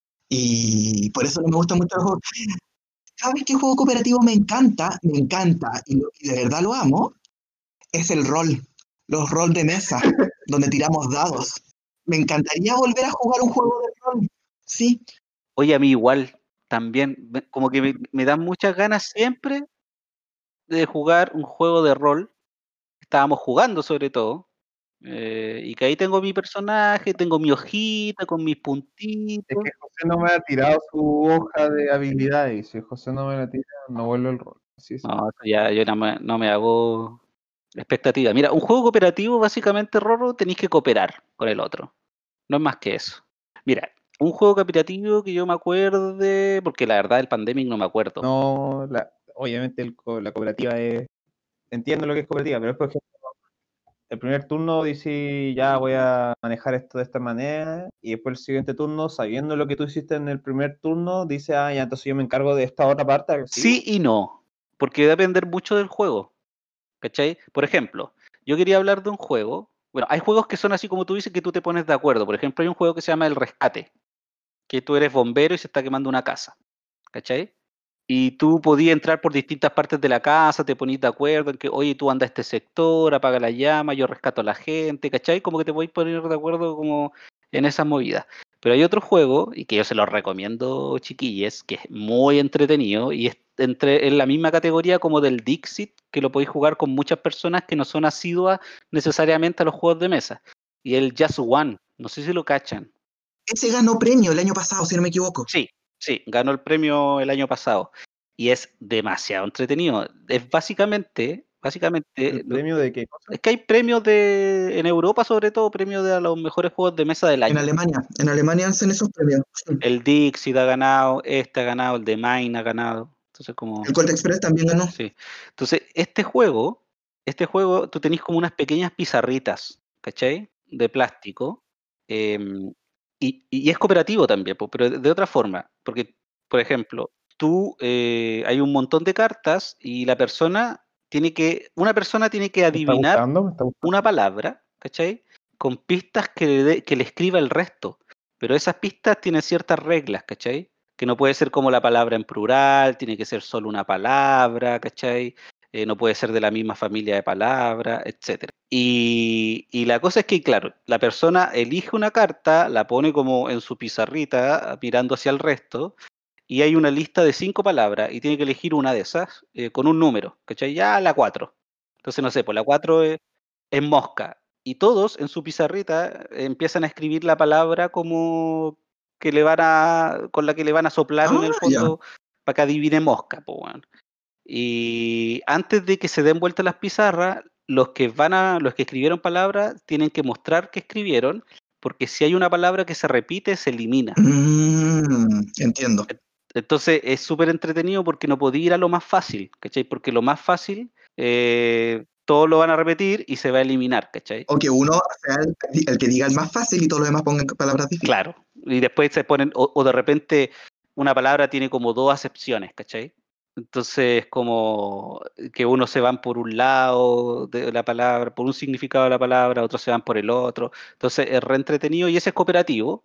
Y por eso no me gustan mucho los juegos. ¿Sabes qué juego cooperativo me encanta? Me encanta y, lo- y de verdad lo amo. Es el rol. Los rol de mesa, donde tiramos dados. Me encantaría volver a jugar un juego de rol. Sí, Oye, a mí igual, también, me- como que me, me dan muchas ganas siempre de jugar un juego de rol. Estábamos jugando sobre todo, eh, y que ahí tengo mi personaje, tengo mi hojita con mis Es puntitos. que José no me ha tirado su hoja de habilidades. Si José no me la tira, no vuelve el rol. Así es. No, eso ya yo no me, no me hago expectativa. Mira, un juego cooperativo, básicamente, Rorro, tenéis que cooperar con el otro. No es más que eso. Mira, un juego cooperativo que yo me acuerde, porque la verdad del Pandemic no me acuerdo. No, la, obviamente el co- la cooperativa es. Entiendo lo que es cooperativa, pero es por ejemplo, el primer turno dice ya voy a manejar esto de esta manera, y después el siguiente turno, sabiendo lo que tú hiciste en el primer turno, dice, ah, ya entonces yo me encargo de esta otra parte. algo así. Sí y no, porque va a depender mucho del juego, ¿cachai? Por ejemplo, yo quería hablar de un juego, bueno, hay juegos que son así como tú dices, que tú te pones de acuerdo. Por ejemplo, hay un juego que se llama El Rescate, que tú eres bombero y se está quemando una casa, ¿cachai? Y tú podías entrar por distintas partes de la casa, te ponís de acuerdo en que, oye, tú andas a este sector, apaga la llama, yo rescato a la gente, ¿cachai? Como que te podéis poner de acuerdo como en esas movidas. Pero hay otro juego, y que yo se los recomiendo, chiquilles, que es muy entretenido y es entre, en la misma categoría como del Dixit, que lo podéis jugar con muchas personas que no son asiduas necesariamente a los juegos de mesa. Y el Just One, no sé si lo cachan. ese ganó premio el año pasado, si no me equivoco. Sí, sí, ganó el premio el año pasado y es demasiado entretenido. Es básicamente, básicamente, ¿El lo- premio de qué cosa? es que hay premios de, en Europa sobre todo, premios de a los mejores juegos de mesa del En año. Alemania, en Alemania hacen esos premios. Sí. El Dixit ha ganado, este ha ganado, el de Mine ha ganado. Entonces, como, El Colt Express también ganó. sí. Entonces, este juego, este juego, tú tenés como unas pequeñas pizarritas, ¿cachai? De plástico. em, y, y es cooperativo también, po, pero de, de otra forma. Porque, por ejemplo, tú, eh, hay un montón de cartas y la persona tiene que, una persona tiene que ¿Me está adivinar gustando? ¿Me está gustando? una palabra, ¿cachai? Con pistas que le, dé- que le escriba el resto. Pero esas pistas tienen ciertas reglas, ¿cachai? Que no puede ser como la palabra en plural, tiene que ser solo una palabra, ¿cachai? Eh, no puede ser de la misma familia de palabras, etcétera. Y, y la cosa es que, claro, la persona elige una carta, la pone como en su pizarrita, mirando hacia el resto, y hay una lista de cinco palabras, y tiene que elegir una de esas eh, con un número, ¿cachai? Ya la cuatro. Entonces, no sé, pues la cuatro es, es mosca. Y todos en su pizarrita eh, empiezan a escribir la palabra como que le van a, con la que le van a soplar en Ah, el ya. fondo para que adivine mosca, pues, weón. Y antes de que se den vuelta las pizarras, los que van a, los que escribieron palabras tienen que mostrar que escribieron, porque si hay una palabra que se repite, se elimina. Mm, entiendo. Entonces es súper entretenido porque no podía ir a lo más fácil, ¿cachai? Porque lo más fácil, eh, todos lo van a repetir y se va a eliminar, ¿cachai? O que uno sea el, el que diga el más fácil y todos los demás pongan palabras difíciles. Claro. Y después se ponen, o, o de repente una palabra tiene como dos acepciones, ¿cachai? Entonces, como que unos se van por un lado de la palabra, por un significado de la palabra, otros se van por el otro. Entonces, es re entretenido y ese es cooperativo,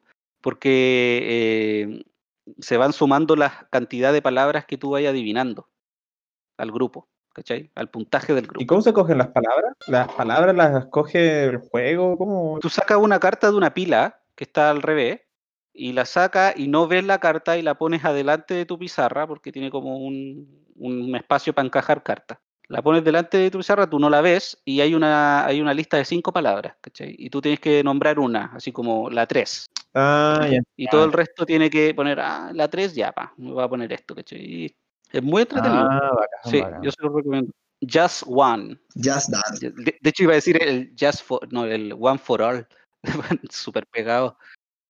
porque eh, se van sumando la cantidad de palabras que tú vayas adivinando al grupo, ¿cachai? Al puntaje del ¿Y grupo. cómo se cogen las palabras? ¿Las palabras las escoge el juego? ¿Cómo? Tú sacas una carta de una pila que está al revés y la sacas y no ves la carta y la pones adelante de tu pizarra porque tiene como un, un espacio para encajar cartas. La pones delante de tu pizarra, tú no la ves y hay una, hay una lista de cinco palabras, ¿cachai? Y tú tienes que nombrar una, así como la tres. Ah, ya. Y todo el resto tiene que poner, ah, la tres ya, pa, me voy a poner esto, ¿cachai? Y es muy entretenido. Ah, bacán, Sí, bacán. yo se lo recomiendo. Just One. Just Dance. De, de hecho, iba a decir el Just for, no, el One for All. Súper pegado.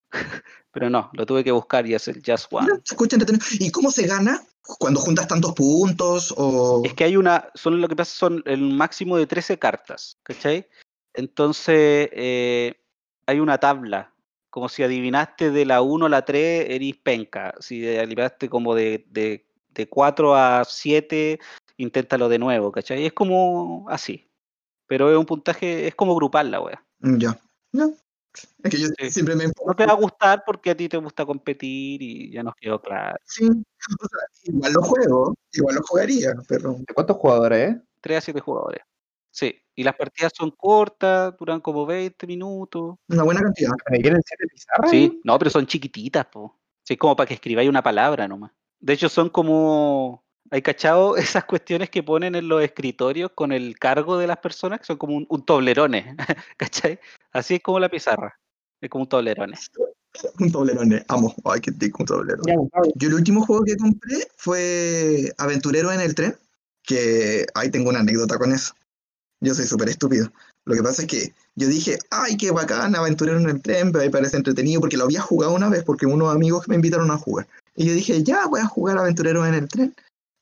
Pero no, lo tuve que buscar y es el Just Mira, One. se escucha entretenido. ¿Y cómo se gana? ¿Cuando juntas tantos puntos? O... Es que hay una, son lo que pasa son el máximo de trece cartas, ¿cachai? Entonces, eh, hay una tabla. Como si adivinaste de la uno a la tres, eres penca. Si adivinaste como de, de, de cuatro a siete, inténtalo de nuevo, ¿cachai? Es como así. Pero es un puntaje, es como grupal la wea. Mm, ya. No. Es que yo Sí. siempre me No te va a gustar porque a ti te gusta competir y ya nos quedó claro. Sí. O sea, igual lo juego, igual lo jugaría, pero ¿De cuántos jugadores, eh? tres a siete jugadores. Sí, y las partidas son cortas, duran como veinte minutos. una buena cantidad. ¿Me quieren siete pizarras? Sí, no, pero son chiquititas, po. Sí, es como para que escribáis una palabra nomás. De hecho, son como. ¿Hay cachado esas cuestiones que ponen en los escritorios con el cargo de las personas? Que son como un, un toblerone, ¿cachai? Así es como la pizarra. Es como un toblerone. Un toblerone, amo. Ay, qué tico, un toblerone. Ya, pues, Yo el último juego que compré fue Aventurero en el Tren, que ahí tengo una anécdota con eso. Yo soy súper estúpido. Lo que pasa es que yo dije, ay, qué bacán, Aventurero en el Tren, pero ahí parece entretenido, porque lo había jugado una vez, porque unos amigos me invitaron a jugar. Y yo dije, ya, voy a jugar Aventurero en el Tren.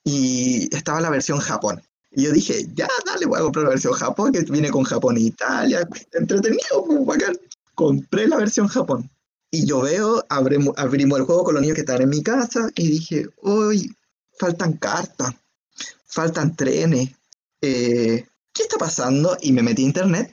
Y estaba la versión Japón. Y yo dije, ya, dale, voy a comprar la versión Japón, que viene con Japón e Italia, entretenido, pues, bacán. Compré la versión Japón. Y yo veo, abrimos, abrimos el juego con los niños que estaban en mi casa y dije, uy, faltan cartas, faltan trenes, eh, ¿qué está pasando? Y me metí a internet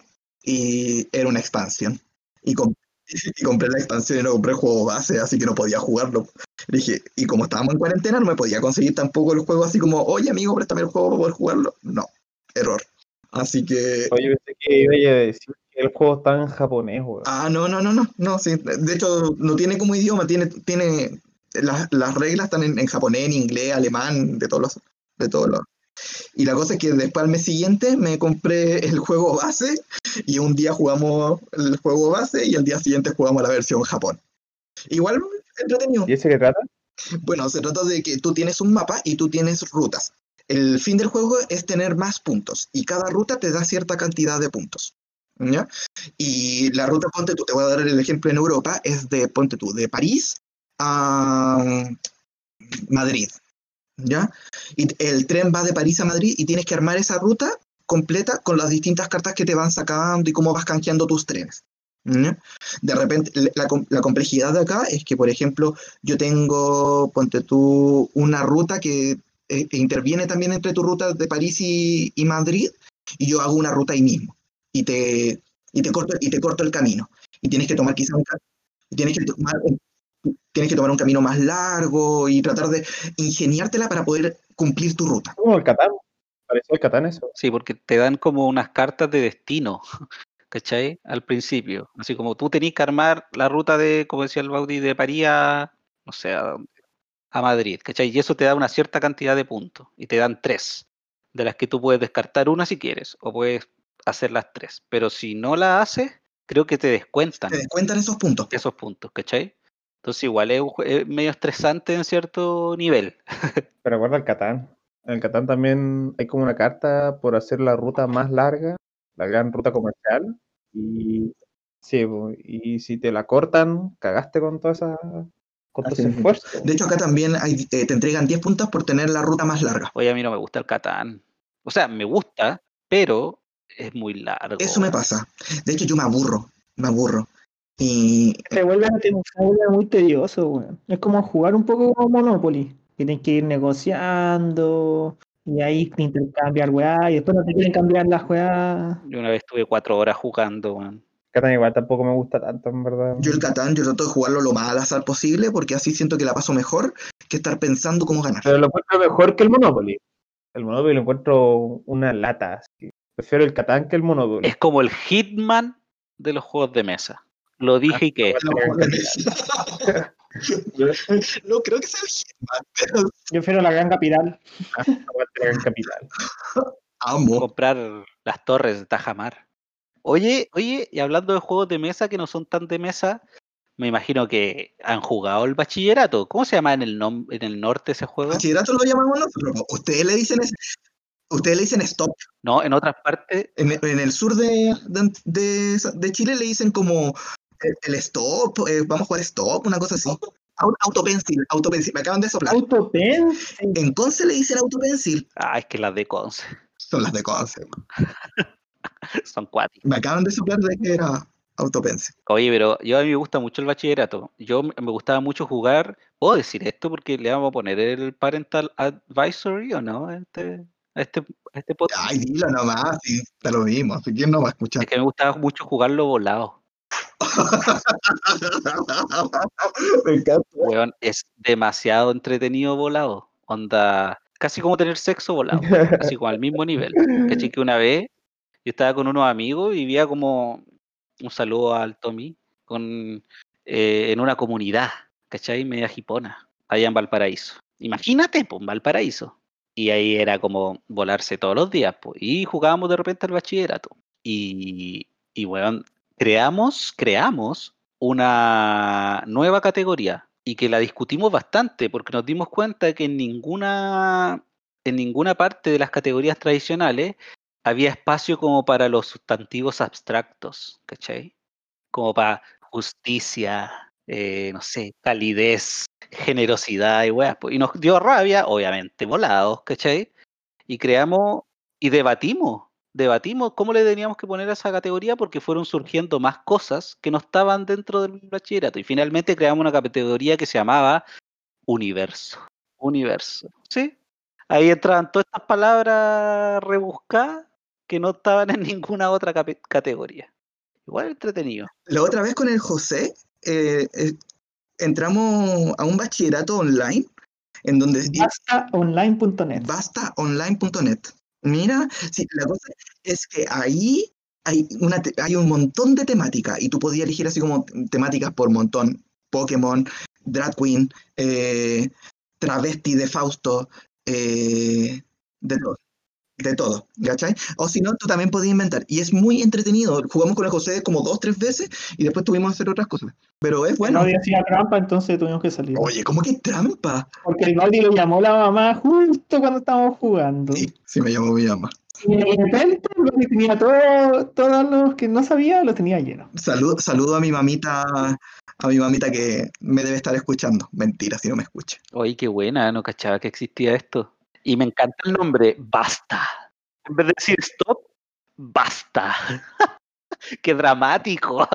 y era una expansión. Y, com- y compré la expansión y no compré el juego base, así que no podía jugarlo. Dije, y como estábamos en cuarentena, no me podía conseguir tampoco el juego así como, oye amigo, préstame el juego para poder jugarlo. No, error. Así que Oye, pensé que iba a decir que el juego está en japonés, weón. Ah, no, no, no, no, no, sí. De hecho, no tiene como idioma, tiene, tiene, las, las reglas están en, en japonés, en inglés, alemán, de todos los, de todos los. Y la cosa es que después al mes siguiente me compré el juego base y un día jugamos el juego base y al día siguiente jugamos la versión Japón. Igual entretenido. ¿Y ese que trata? Bueno, se trata de que tú tienes un mapa y tú tienes rutas. El fin del juego es tener más puntos y cada ruta te da cierta cantidad de puntos. ¿Ya? Y la ruta, ponte tú, te voy a dar el ejemplo en Europa, es de, ponte tú, de París a Madrid, ¿ya? Y el tren va de París a Madrid y tienes que armar esa ruta completa con las distintas cartas que te van sacando y cómo vas canjeando tus trenes, ¿ya? De repente, la, la complejidad de acá es que, por ejemplo, yo tengo, ponte tú, una ruta que eh, interviene también entre tu ruta de París y, y Madrid, y yo hago una ruta ahí mismo. Y te, y, te corto, y te corto el camino. Y tienes que tomar quizá un, tienes que tomar, tienes que tomar un camino más largo y tratar de ingeniártela para poder cumplir tu ruta. Como el Catán. Pareció el Catán eso. Sí, porque te dan como unas cartas de destino, ¿cachai? Al principio. Así como tú tenés que armar la ruta de, como decía el Baudi, de París a, no sé, a, a Madrid, ¿cachai? Y eso te da una cierta cantidad de puntos. Y te dan tres, de las que tú puedes descartar una si quieres, o puedes hacer las tres. Pero si no la haces, creo que te Te descuentan descuentan esos puntos. po. esos puntos, ¿cachai? Entonces igual es, un jue- es medio estresante en cierto nivel. Pero recuerda el Catán. En el Catán también hay como una carta por hacer la ruta más larga, la gran ruta comercial. Y sí, po, y si te la cortan, cagaste con toda esa, con todo Así ese mismo. esfuerzo. De hecho, acá también hay, eh, te entregan diez puntos por tener la ruta más larga. Oye, a mí no me gusta el Catán. O sea, me gusta, pero es muy largo. Eso me weón. pasa. De hecho, yo me aburro, me aburro. Y Se vuelve, se vuelve muy tedioso, weón. Es como jugar un poco como Monopoly. Tienes que ir negociando y ahí te intercambiar weá y después no te quieren cambiar las weá. Yo una vez estuve cuatro horas jugando, weón. Catán igual tampoco me gusta tanto, en verdad. yo el Catán, yo trato de jugarlo lo más al azar posible porque así siento que la paso mejor que estar pensando cómo ganar. Pero lo encuentro mejor que el Monopoly. El Monopoly lo encuentro una lata. Así. Prefiero el Catán que el Monopoly. Es como el Hitman de los juegos de mesa. Lo dije y que. No, no creo que sea el Hitman, pero Yo prefiero la gran capital. Aguante la Gran Capital. amo. Comprar las torres de Tajamar. Oye, oye, y hablando de juegos de mesa que no son tan de mesa, me imagino que han jugado el bachillerato. ¿Cómo se llama en el nom- en el norte ese juego? Bachillerato lo llamamos nosotros. Ustedes le dicen, es- ustedes le dicen stop. No, en otras partes. En, en el sur de, de, de- de Chile le dicen como el, el stop, eh, vamos a jugar stop, una cosa así. Au- Autopencil, autopencil, me acaban de soplar. Autopen. En Conce le dicen autopencil, Ah, es que las de Conce son las de Conce. son cuatro. Me acaban de soplar de que era autopencil. Oye, pero yo a mí me gusta mucho el bachillerato. Yo me me gustaba mucho jugar. ¿Puedo decir esto porque le vamos a poner el parental advisory o no? A este, a este, a este podcast. Ay, dilo nomás, sí, está lo mismo. Si quién no va a escuchar. Es que me gustaba mucho jugarlo volado. Me encanta. Weón, es demasiado entretenido volado. Onda, casi como tener sexo volado. Así como al mismo nivel. Caché que una vez yo estaba con unos amigos y vivía como un saludo al Tommy con, eh, en una comunidad, ¿cachai? Media jipona, allá en Valparaíso. Imagínate, pues, en Valparaíso. Y ahí era como volarse todos los días, pues. Y jugábamos de repente al bachillerato. Y, y weón, creamos, creamos una nueva categoría y que la discutimos bastante porque nos dimos cuenta de que en ninguna, en ninguna parte de las categorías tradicionales había espacio como para los sustantivos abstractos, ¿cachai? Como para justicia, eh, no sé, calidez, generosidad y weas. pues. Y nos dio rabia, obviamente, volados, ¿cachai? Y creamos y debatimos, debatimos cómo le teníamos que poner a esa categoría porque fueron surgiendo más cosas que no estaban dentro del bachillerato. Y finalmente creamos una categoría que se llamaba Universo. Universo, ¿sí? Ahí entraban todas estas palabras rebuscadas que no estaban en ninguna otra cape- categoría. Igual entretenido. La otra vez con el José, eh, eh, entramos a un bachillerato online en donde Basta online punto net. basta online punto net. Mira, sí, la cosa es que ahí hay, una te- hay un montón de temáticas y tú podías elegir así como temáticas por montón. Pokémon, Drag Queen, eh, travesti de Fausto, eh, de todo. De todo, ¿cachai? O si no, tú también podías inventar. Y es muy entretenido. Jugamos con el José como dos, tres veces y después tuvimos que hacer otras cosas. Pero es Bueno, bueno. no hacía trampa, entonces tuvimos que salir. Oye, ¿cómo que trampa? Porque el Baldi lo llamó la mamá justo cuando estábamos jugando. Sí, sí me llamó mi mamá. Y de repente el Baldi tenía todo, todos los que no sabía, los tenía llenos. Saludo, saludo a mi mamita, a mi mamita que me debe estar escuchando. Mentira, si no me escucha. Oye, qué buena, no cachaba que existía esto. Y me encanta el nombre, Basta. En vez de decir stop, Basta. Qué dramático.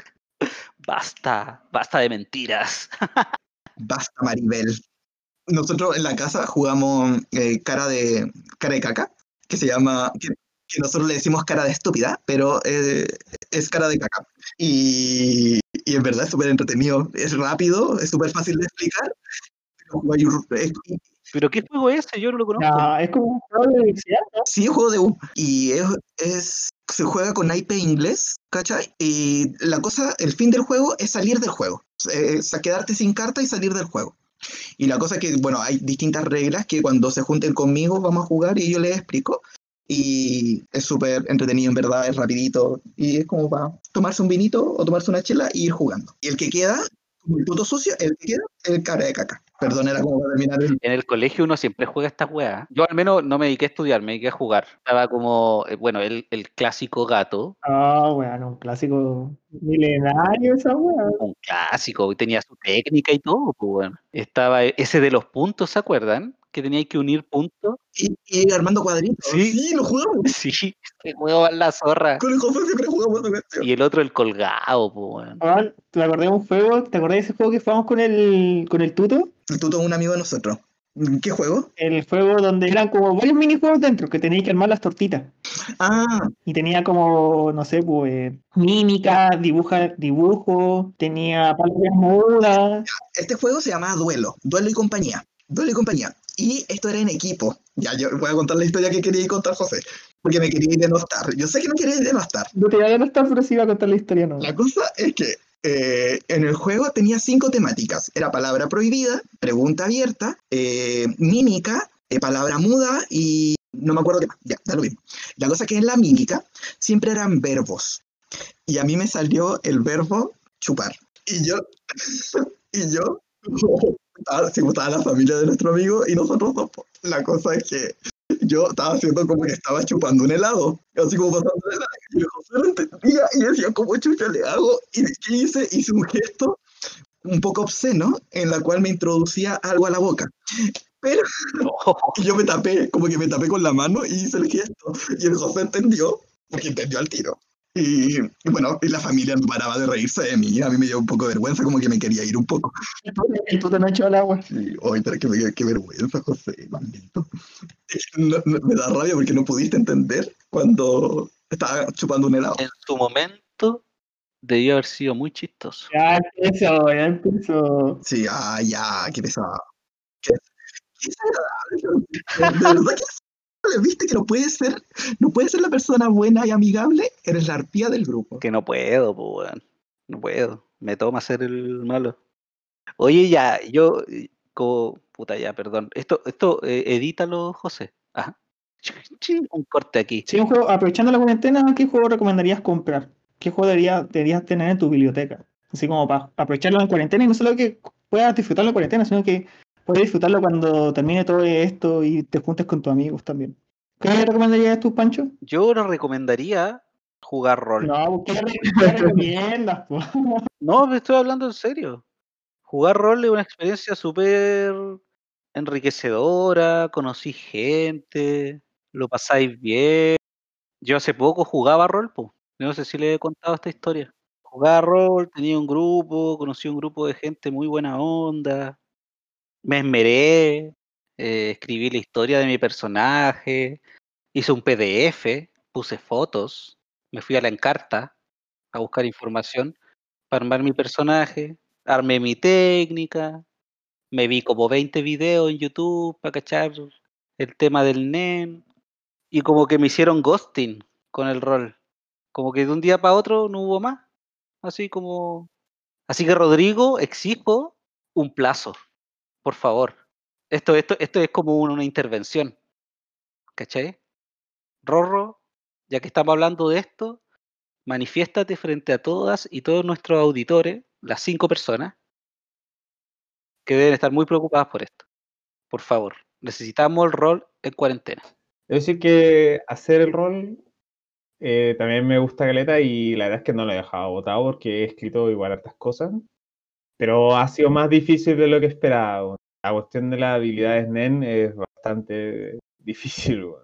Basta, basta de mentiras. Basta, Maribel. Nosotros en la casa jugamos eh, cara de cara de caca, que se llama, que, que nosotros le decimos cara de estúpida, pero eh, es cara de caca. Y, y en verdad es súper entretenido, es rápido, es súper fácil de explicar. jugáis un- es- ¿Pero qué juego es ese? Yo no lo conozco. No, es como un juego de universidad, ¿no? Sí, es juego de U. Y es, es- se juega con naipe inglés, ¿cachai? Y la cosa, el fin del juego es salir del juego. Eh, Es quedarte sin carta y salir del juego. Y la cosa es que, bueno, hay distintas reglas que cuando se junten conmigo vamos a jugar y yo les explico. Y es súper entretenido, en verdad, es rapidito. Y es como para tomarse un vinito o tomarse una chela y ir jugando. Y el que queda, como el puto sucio, el que queda, el cara de caca. Perdón, era como para terminar el... En el colegio uno siempre juega estas weas. Yo al menos no me dediqué a estudiar, me dediqué a jugar. Estaba como, eh, bueno, el, el clásico gato, Ah, weón, un clásico milenario esa weá. un clásico, y tenía su técnica y todo, pues bueno. Estaba e- ese de los puntos, ¿se acuerdan? Que tenía que unir puntos. Y, y Armando Cuadritos. Sí. Sí, lo jugamos. Sí, ese juego es la zorra. Con el José siempre jugamos esa cuestión. Y el otro el colgado, pues bueno. Weón, ¿te acordás de un juego? ¿Te acordás de ese juego que jugamos con el, con el tuto? El tuto es un amigo de nosotros. ¿Qué juego? El juego donde eran como varios minijuegos dentro, que tenías que armar las tortitas. Ah, Y tenía como, no sé, pues, eh, mímica, dibuja, dibujo, tenía palabras mudas. este juego se llamaba Duelo. Duelo y compañía. Duelo y compañía. Y esto era en equipo. Ya, yo voy a contar la historia que quería contar José. Porque me quería denostar. Yo sé que no quería denostar. No te iba a denostar, pero sí iba a contar la historia, no. La cosa es que eh, en el juego tenía cinco temáticas. Era palabra prohibida, pregunta abierta, eh, mímica, eh, palabra muda y no me acuerdo qué más. Ya, da lo mismo. La cosa es que en la mímica siempre eran verbos. Y a mí me salió el verbo chupar. Y yo, y yo, estaba, sí, estaba la familia de nuestro amigo y nosotros dos. po. La cosa es que yo estaba haciendo como que estaba chupando un helado, así como pasando el helado, y José no entendía, y decía, ¿cómo chucha le hago? Y ¿qué hice? Hice un gesto un poco obsceno, en la cual me introducía algo a la boca. Pero y yo me tapé, como que me tapé con la mano y hice el gesto, y el José entendió, porque entendió al tiro. Y, y bueno, y la familia no paraba de reírse de mí, a mí me dio un poco de vergüenza, como que me quería ir un poco. El tuto no echó al agua. Sí, hoy, pero que me, qué vergüenza, José, maldito. No, no, me da rabia porque no pudiste entender cuando estaba chupando un helado. En su momento debió haber sido muy chistoso. Ya empezó, ya empezó. Sí, ah, ya, qué pesado. Qué, qué desagradable. De, de verdad que desagradable. Viste que no puedes ser, no puedes ser la persona buena y amigable, eres la arpía del grupo. Que no puedo, pues weón. No puedo. Me toma ser el malo. Oye, ya, yo, eh, como, puta ya, perdón. Esto, esto, eh, edítalo, José. Ajá. Un corte aquí. Sí, un juego, aprovechando la cuarentena, ¿qué juego recomendarías comprar? ¿Qué juego debería- deberías tener en tu biblioteca? Así como para aprovecharlo en cuarentena y no solo que puedas disfrutarlo en cuarentena, sino que puedes disfrutarlo cuando termine todo esto y te juntes con tus amigos también. ¿Qué recomendarías tú, Pancho? Yo no recomendaría jugar rol. No, ¿qué, re- qué recomiendas, po? No, me estoy hablando en serio. Jugar rol es una experiencia súper enriquecedora, conocí gente, lo pasáis bien. Yo hace poco jugaba rol, pues. No sé si le he contado esta historia. Jugaba rol, tenía un grupo, conocí un grupo de gente muy buena onda, me esmeré, eh, escribí la historia de mi personaje, hice un P D F, puse fotos, me fui a la Encarta a buscar información para armar mi personaje, armé mi técnica, me vi como veinte videos en YouTube para cachar el tema del N E M y como que me hicieron ghosting con el rol. Como que de un día para otro no hubo más. Así como. Así que Rodrigo, exijo un plazo, por favor. Esto, esto, esto es como una intervención. ¿Cachai? Rorro, ya que estamos hablando de esto, manifiéstate frente a todas y todos nuestros auditores, las cinco personas, que deben estar muy preocupadas por esto. Por favor, necesitamos el rol en cuarentena. Debo decir que hacer el rol eh, también me gusta caleta y la verdad es que no lo he dejado botado porque he escrito igual hartas cosas, pero ha sido más difícil de lo que esperaba. weón. La cuestión de las habilidades N E M es bastante difícil, weón.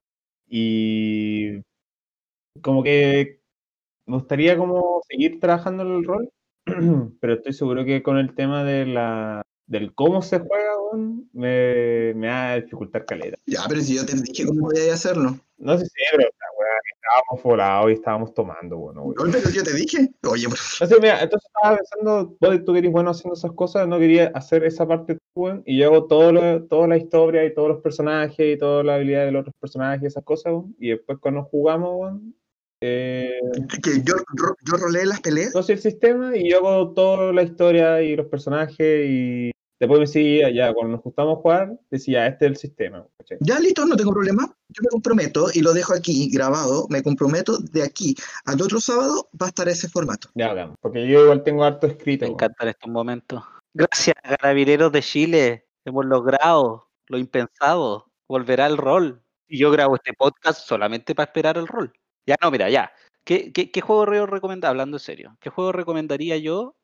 Y como que me gustaría como seguir trabajando en el rol, pero estoy seguro que con el tema de la del cómo se juega, weón, me, me va a dificultar caleta. Ya, pero si yo te dije cómo podías hacerlo. No sé si, pero la weá, estábamos volados y estábamos tomando, bueno, weón. No, pero yo te dije. Oye, por Entonces, mira, entonces estaba pensando, vos, tú que eres bueno haciendo esas cosas, no quería hacer esa parte tú, weón, y yo hago todo lo, toda la historia y todos los personajes y toda la habilidad de los otros personajes y esas cosas, weón, y después cuando jugamos, weón, eh, que yo, ro- yo roleé las peleas. todo el sistema y yo hago toda la historia y los personajes y después me decía, ya, cuando nos juntamos a jugar, decía, este es el sistema, ¿cachai? Ya listo, no tengo problema. Yo me comprometo y lo dejo aquí grabado. Me comprometo de aquí al otro sábado va a estar ese formato. Ya hagamos, porque yo igual tengo harto escrito. Me weón. encantan estos momentos. Gracias, Carabineros de Chile. Hemos logrado lo impensado. Volverá el rol. Y yo grabo este podcast solamente para esperar el rol. Ya no, mira, ya. ¿Qué, qué, qué juego re- recomenda? Hablando en serio, ¿qué juego recomendaría yo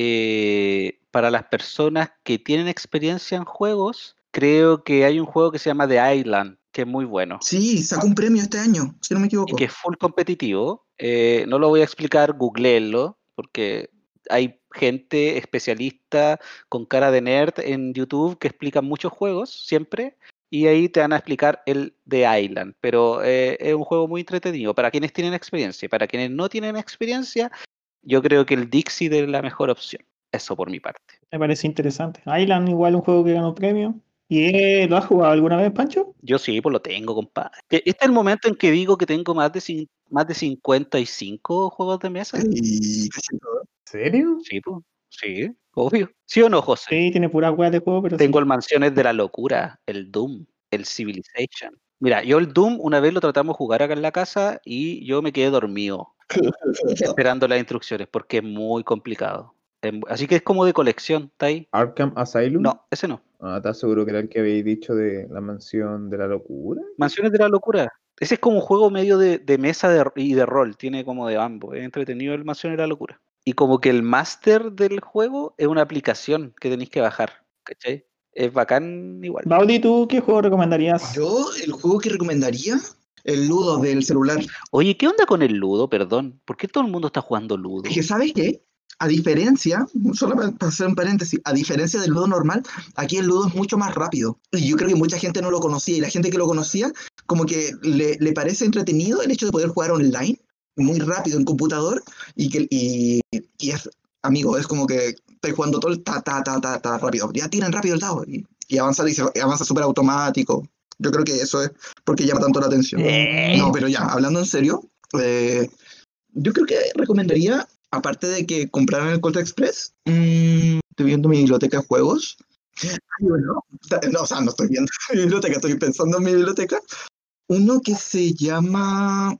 eh, para las personas que tienen experiencia en juegos? Creo que hay un juego que se llama The Island, que es muy bueno Sí, sacó un premio este año, si no me y equivoco. que es full competitivo. Eh, no lo voy a explicar, googleenlo, porque hay gente especialista con cara de nerd en YouTube que explica muchos juegos siempre, y ahí te van a explicar el The Island. Pero eh, es un juego muy entretenido para quienes tienen experiencia. Para quienes no tienen experiencia, yo creo que el Dixie es la mejor opción. Eso por mi parte. Me parece interesante. Island, igual un juego que ganó premio. ¿Y eh, lo has jugado alguna vez, Pancho? Yo sí, pues lo tengo, compadre. Que Este es el momento en que digo que tengo más de, cin- más de cincuenta y cinco juegos de mesa. Y casi todo. ¿En serio? Sí, pues, sí, obvio. ¿Sí o no, José? Sí, tiene puras weas de juego, pero Tengo sí. el Mansiones de la Locura, el Doom, el Civilization. Mira, yo el Doom una vez lo tratamos de jugar acá en la casa y yo me quedé dormido esperando las instrucciones porque es muy complicado. Es mu- Así que es como de colección, ¿está ahí? Arkham Asylum. No, ese no. Ah, ¿estás seguro que era el que habéis dicho de la mansión de la locura? Mansiones de la Locura. Ese es como un juego medio de, de mesa de- y de rol, tiene como de ambos. Es entretenido el Mansiones de la Locura. Y como que el máster del juego es una aplicación que tenéis que bajar, ¿cachai? Es bacán igual. Baudi, ¿tú qué juego recomendarías? Yo, el juego que recomendaría, el Ludo del celular. Oye, ¿qué onda con el Ludo? Perdón. ¿Por qué todo el mundo está jugando Ludo? Es que, ¿sabes qué? A diferencia, solo para para hacer un paréntesis, a diferencia del Ludo normal, aquí el Ludo es mucho más rápido. Y yo creo que mucha gente no lo conocía, y la gente que lo conocía, como que le, le parece entretenido el hecho de poder jugar online, muy rápido en computador, y que y, y es, amigo, es como que estoy jugando todo el ta, ta, ta, ta, ta, rápido. Ya tiran rápido el dado, y, y avanza, y se- y avanza súper automático. Yo creo que eso es porque llama tanto la atención. Eh. No, pero ya, hablando en serio, eh, yo creo que recomendaría, aparte de que compraran el Colt Express, mm, estoy viendo mi biblioteca de juegos. Ay, bueno, no, o sea, no estoy viendo mi biblioteca, estoy pensando en mi biblioteca. Uno que se llama...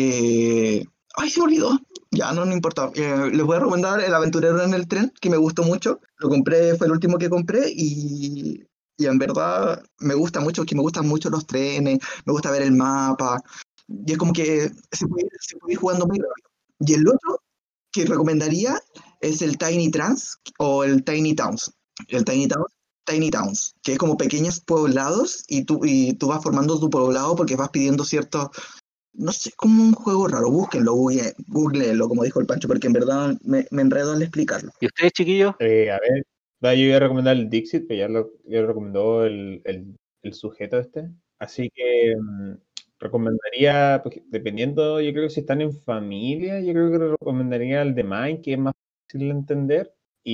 eh, Ay, se me olvidó. Ya, no, no importa. Eh, les voy a recomendar El aventurero en el tren, que me gustó mucho. Lo compré, fue el último que compré y, y en verdad me gusta mucho, que me gustan mucho los trenes, me gusta ver el mapa. Y es como que se puede, se puede ir jugando muy rápido. Y el otro que recomendaría es el Tiny Trans o el Tiny Towns. El Tiny Towns, Tiny Towns, que es como pequeños poblados y tú, y tú vas formando tu poblado porque vas pidiendo ciertos, no sé, como un juego raro, búsquenlo, google- googleenlo, como dijo el Pancho, porque en verdad me, me enredo al explicarlo. ¿Y ustedes, chiquillos? Eh, a ver, va, yo iba a recomendar el Dixit, pero ya lo, ya lo recomendó el, el, el sujeto este. Así que mm, recomendaría, pues, dependiendo, yo creo que si están en familia, yo creo que recomendaría el de Mine, que es más fácil de entender.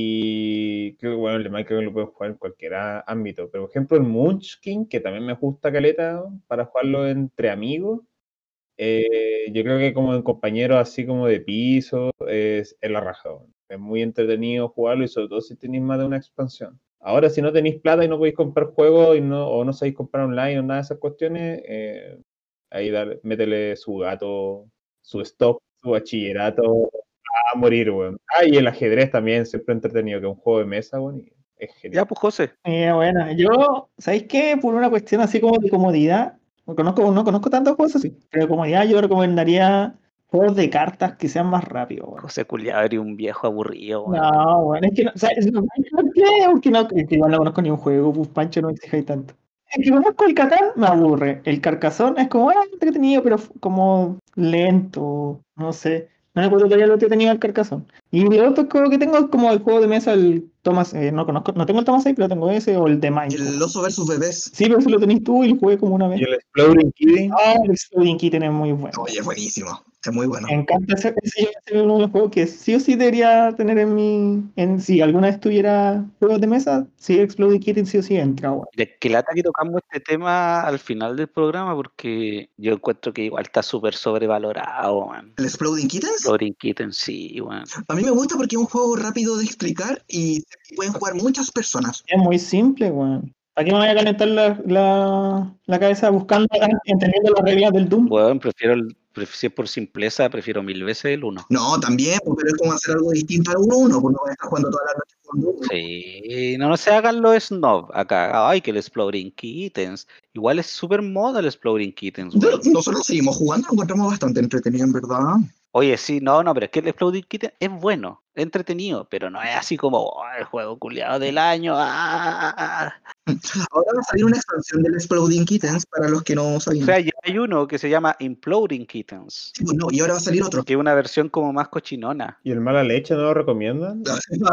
Y creo que, bueno, el de Mine creo que lo puedes jugar en cualquier á- ámbito. Pero, por ejemplo, el Munchkin, que también me gusta caleta para jugarlo entre amigos. Eh, yo creo que como en compañeros así como de piso es, es la raja, weón. Es muy entretenido jugarlo y sobre todo si tenéis más de una expansión. Ahora, si no tenéis plata y no podéis comprar juegos y no, o no sabéis comprar online o nada de esas cuestiones, eh, ahí dale, métele su gato, su stock, su bachillerato a morir, weón. Ah, y el ajedrez también, siempre entretenido, que es un juego de mesa, weón, y es genial. Ya, pues, José. Eh, bueno, yo, ¿sabéis qué? Por una cuestión así como de comodidad, no conozco, no conozco tantos juegos así, pero de comodidad yo recomendaría juegos de cartas que sean más rápidos, weón. José Culiado era un viejo aburrido, weón. No, bueno, es que no, ¿sabes ¿por qué? Porque no, es que igual no conozco ni un juego, pues Pancho, no exijáis tanto. Es que conozco el Catán, me aburre. El Carcassonne es como, ah, entretenido, pero f- como lento, no sé. No recuerdo todavía lo que tenía el Carcassonne. Y el otro juego que tengo es como el juego de mesa, el Thomas, eh, no conozco, no tengo el Thomas seis, pero tengo ese o el de Mine. El oso versus bebés. Sí, pero eso lo tenés tú y lo jugué como una vez. Y el Exploding Kidding. Ah, el Exploding Kitten es muy bueno. Oye, es buenísimo. Es muy bueno. Me encanta ese, ese es uno de los juegos que sí o sí debería tener en mi. En, si alguna vez tuviera juegos de mesa, sí, Exploding Kitten sí o sí entra, weón. Mira, que lata que tocamos este tema al final del programa porque yo encuentro que igual está súper sobrevalorado, man. ¿El Exploding Kittens? Floating Kitten, sí, weón. A mí me gusta porque es un juego rápido de explicar y pueden jugar muchas personas. Es muy simple, weón. ¿Para qué me voy a calentar la, la, la cabeza buscando, entendiendo las reglas del Doom? Weón, prefiero, el, pref- si es por simpleza, prefiero mil veces el uno. No, también, pues, pero es como hacer algo distinto al uno uno, pues no vas a estar jugando todas las noches con uno. Sí, no, no se hagan los snob acá. Ay, que el Exploding Kittens. Igual es súper moda el Exploding Kittens, Yo- weón. nosotros seguimos jugando, lo encontramos bastante entretenido, en verdad. Oye, sí, no, no, pero es que el Exploding Kitten es bueno, es entretenido, pero no es así como oh, el juego culiado del año. ah, ah, ah. Ahora va a salir una expansión del Exploding Kittens para los que no O sabían. sea, ya hay uno que se llama Imploding Kittens, Sí, pues no, y ahora va a salir otro. que es una versión como más cochinona. ¿Y el Mala Leche no lo recomiendan?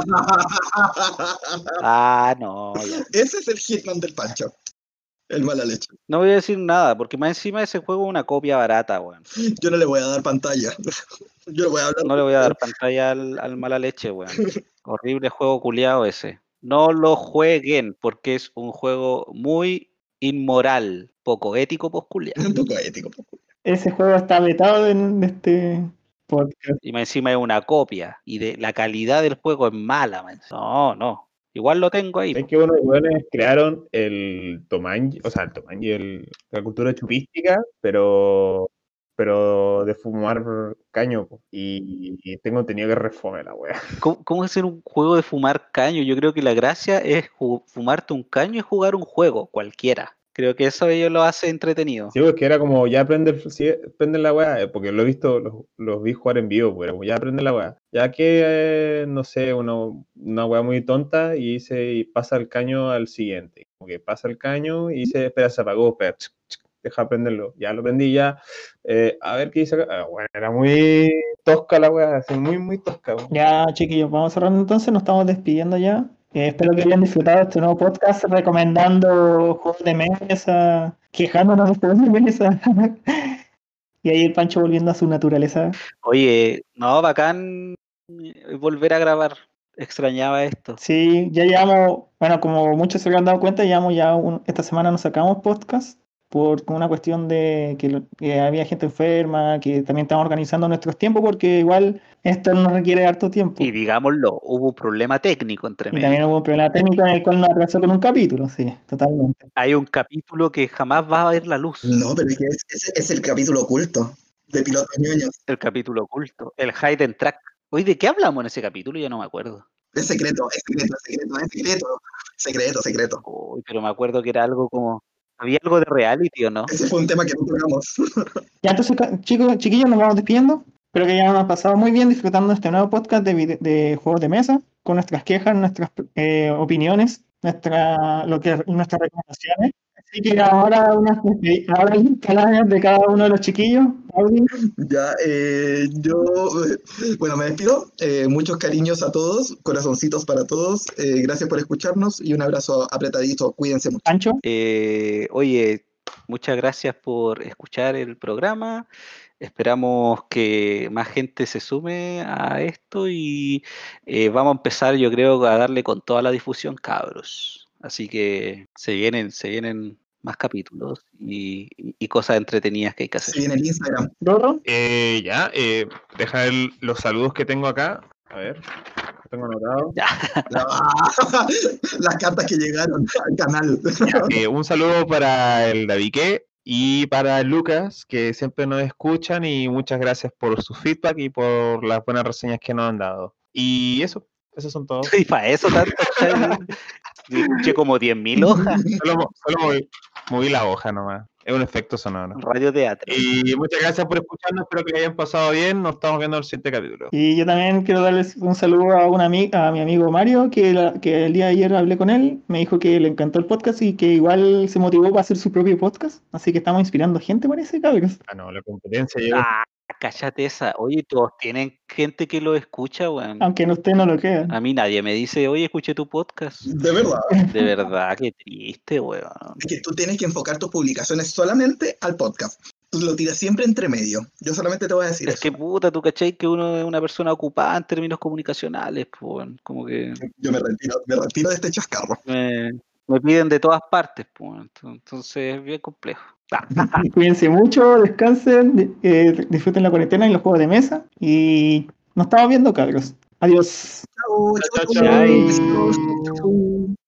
Ah, no, ya. Ese es el Hitman del Pancho. El mala leche. No voy a decir nada, porque más encima ese juego es una copia barata, weón. Yo no le voy a dar pantalla. Yo le voy a hablar. No le voy a dar pantalla al, al mala leche, weón. Horrible juego culiado ese. No lo jueguen, porque es un juego muy inmoral, poco ético, pues culiado. Un poco ético. Ese juego está vetado en este podcast. Y más encima es una copia. Y de la calidad del juego es mala, man. No, no. Igual lo tengo ahí. Es que unos buenos crearon el Tomanji, o sea, el Tomanji, el, la cultura chupística, pero pero de fumar caño, po. Y, y tengo entendido que refome la wea. ¿Cómo, ¿Cómo hacer un juego de fumar caño? Yo creo que la gracia es ju- fumarte un caño y jugar un juego, cualquiera. Creo que eso ellos lo hace entretenido. Sí, porque era como, ya aprende, sí, prende la weá, eh, porque lo he visto, los, los vi jugar en vivo, pues era como, ya aprende la weá. Ya que, eh, no sé, uno, una weá muy tonta y dice, y pasa el caño al siguiente. Como que pasa el caño y dice, espera, se apagó, espera, tsk, tsk, deja prenderlo. Ya lo prendí, ya, eh, a ver qué dice acá. Ah, bueno, era muy tosca la weá, así, muy, muy tosca. weón. Ya, chiquillos, vamos cerrando entonces, nos estamos despidiendo ya. Eh, espero que hayan disfrutado este nuevo podcast recomendando juegos de mesa, quejándonos de juegos de mesa. Y ahí el Pancho volviendo a su naturaleza. Oye, no, bacán eh, volver a grabar. Extrañaba esto. Sí, ya llevamos, bueno, como muchos se habrán dado cuenta, llevamos ya un- esta semana nos sacamos podcast por una cuestión de que, lo- que había gente enferma, que también estamos organizando nuestros tiempos porque igual esto nos requiere harto tiempo. Y digámoslo, hubo un problema técnico entre Y también medio. hubo un problema técnico en el cual nos atrasó con un capítulo, sí, totalmente. Hay un capítulo que jamás va a ver la luz. No, pero es que es, es, es el capítulo oculto de Pilotos Ñoños. El capítulo oculto. El Hidden Track. Oye, ¿de qué hablamos en ese capítulo? Ya no me acuerdo. Es secreto, es secreto, es secreto, es secreto. Secreto, secreto. Uy, pero me acuerdo que era algo como... Había algo de reality, ¿o no? Ese fue un tema que no tocamos. Ya entonces, ca- chicos, chiquillos, nos vamos despidiendo. Espero que hayan pasado muy bien disfrutando de este nuevo podcast de, vide- de juegos de mesa, con nuestras quejas, nuestras eh, opiniones, nuestra, lo que, nuestras recomendaciones. Así que ahora unas ahora hay palabras de cada uno de los chiquillos. Audi. Ya, eh, yo, eh, bueno, me despido. Eh, muchos cariños a todos, corazoncitos para todos. Eh, gracias por escucharnos y un abrazo apretadito. Cuídense mucho. Pancho. Eh, oye, muchas gracias por escuchar el programa. Esperamos que más gente se sume a esto y eh, vamos a empezar, yo creo, a darle con toda la difusión, cabros. Así que se vienen, se vienen más capítulos y, y- y cosas entretenidas que hay que Se hacer. viene el Instagram. Rorro. Eh, ya, eh, deja el- los saludos que tengo acá. A ver, lo tengo anotado. Ya. Ah, las cartas que llegaron al canal. Eh, un saludo para el Davique y para Lucas, que siempre nos escuchan, y muchas gracias por su feedback y por las buenas reseñas que nos han dado. Y eso, esos son todos. Y para eso tanto, ¿cachai? Yo escuché como diez mil hojas Solo, mo- solo moví, moví la hoja nomás. Es un efecto sonoro. en radioteatro. Y muchas gracias por escucharnos, espero que hayan pasado bien. Nos estamos viendo en el siguiente capítulo. Y yo también quiero darles un saludo a, una ami- a mi amigo Mario, que, la- que el día de ayer hablé con él, me dijo que le encantó el podcast y que igual se motivó para hacer su propio podcast. Así que estamos inspirando gente, parece, cabros. Ah, no, la competencia llegó. Ah, Cállate esa. Oye, todos tienen gente que lo escucha, weón. Aunque no usted no lo crea. A mí nadie me dice, oye, escuché tu podcast. De verdad. De verdad, qué triste, weón. Es que tú tienes que enfocar tus publicaciones solamente al podcast. Tú lo tiras siempre entre medio. Yo solamente te voy a decir Es eso. que puta, tú cachai que uno es una persona ocupada en términos comunicacionales, pues, weón. Como que Yo me retiro, me retiro de este chascarro. me, me piden de todas partes, pues, weón. Entonces es bien complejo. Ah, Cuídense mucho, descansen, di- eh, disfruten la cuarentena y los juegos de mesa. Y nos estamos viendo, cabros. Adiós. Chao, Chao, chao, chao. chao. Besitos. Chau.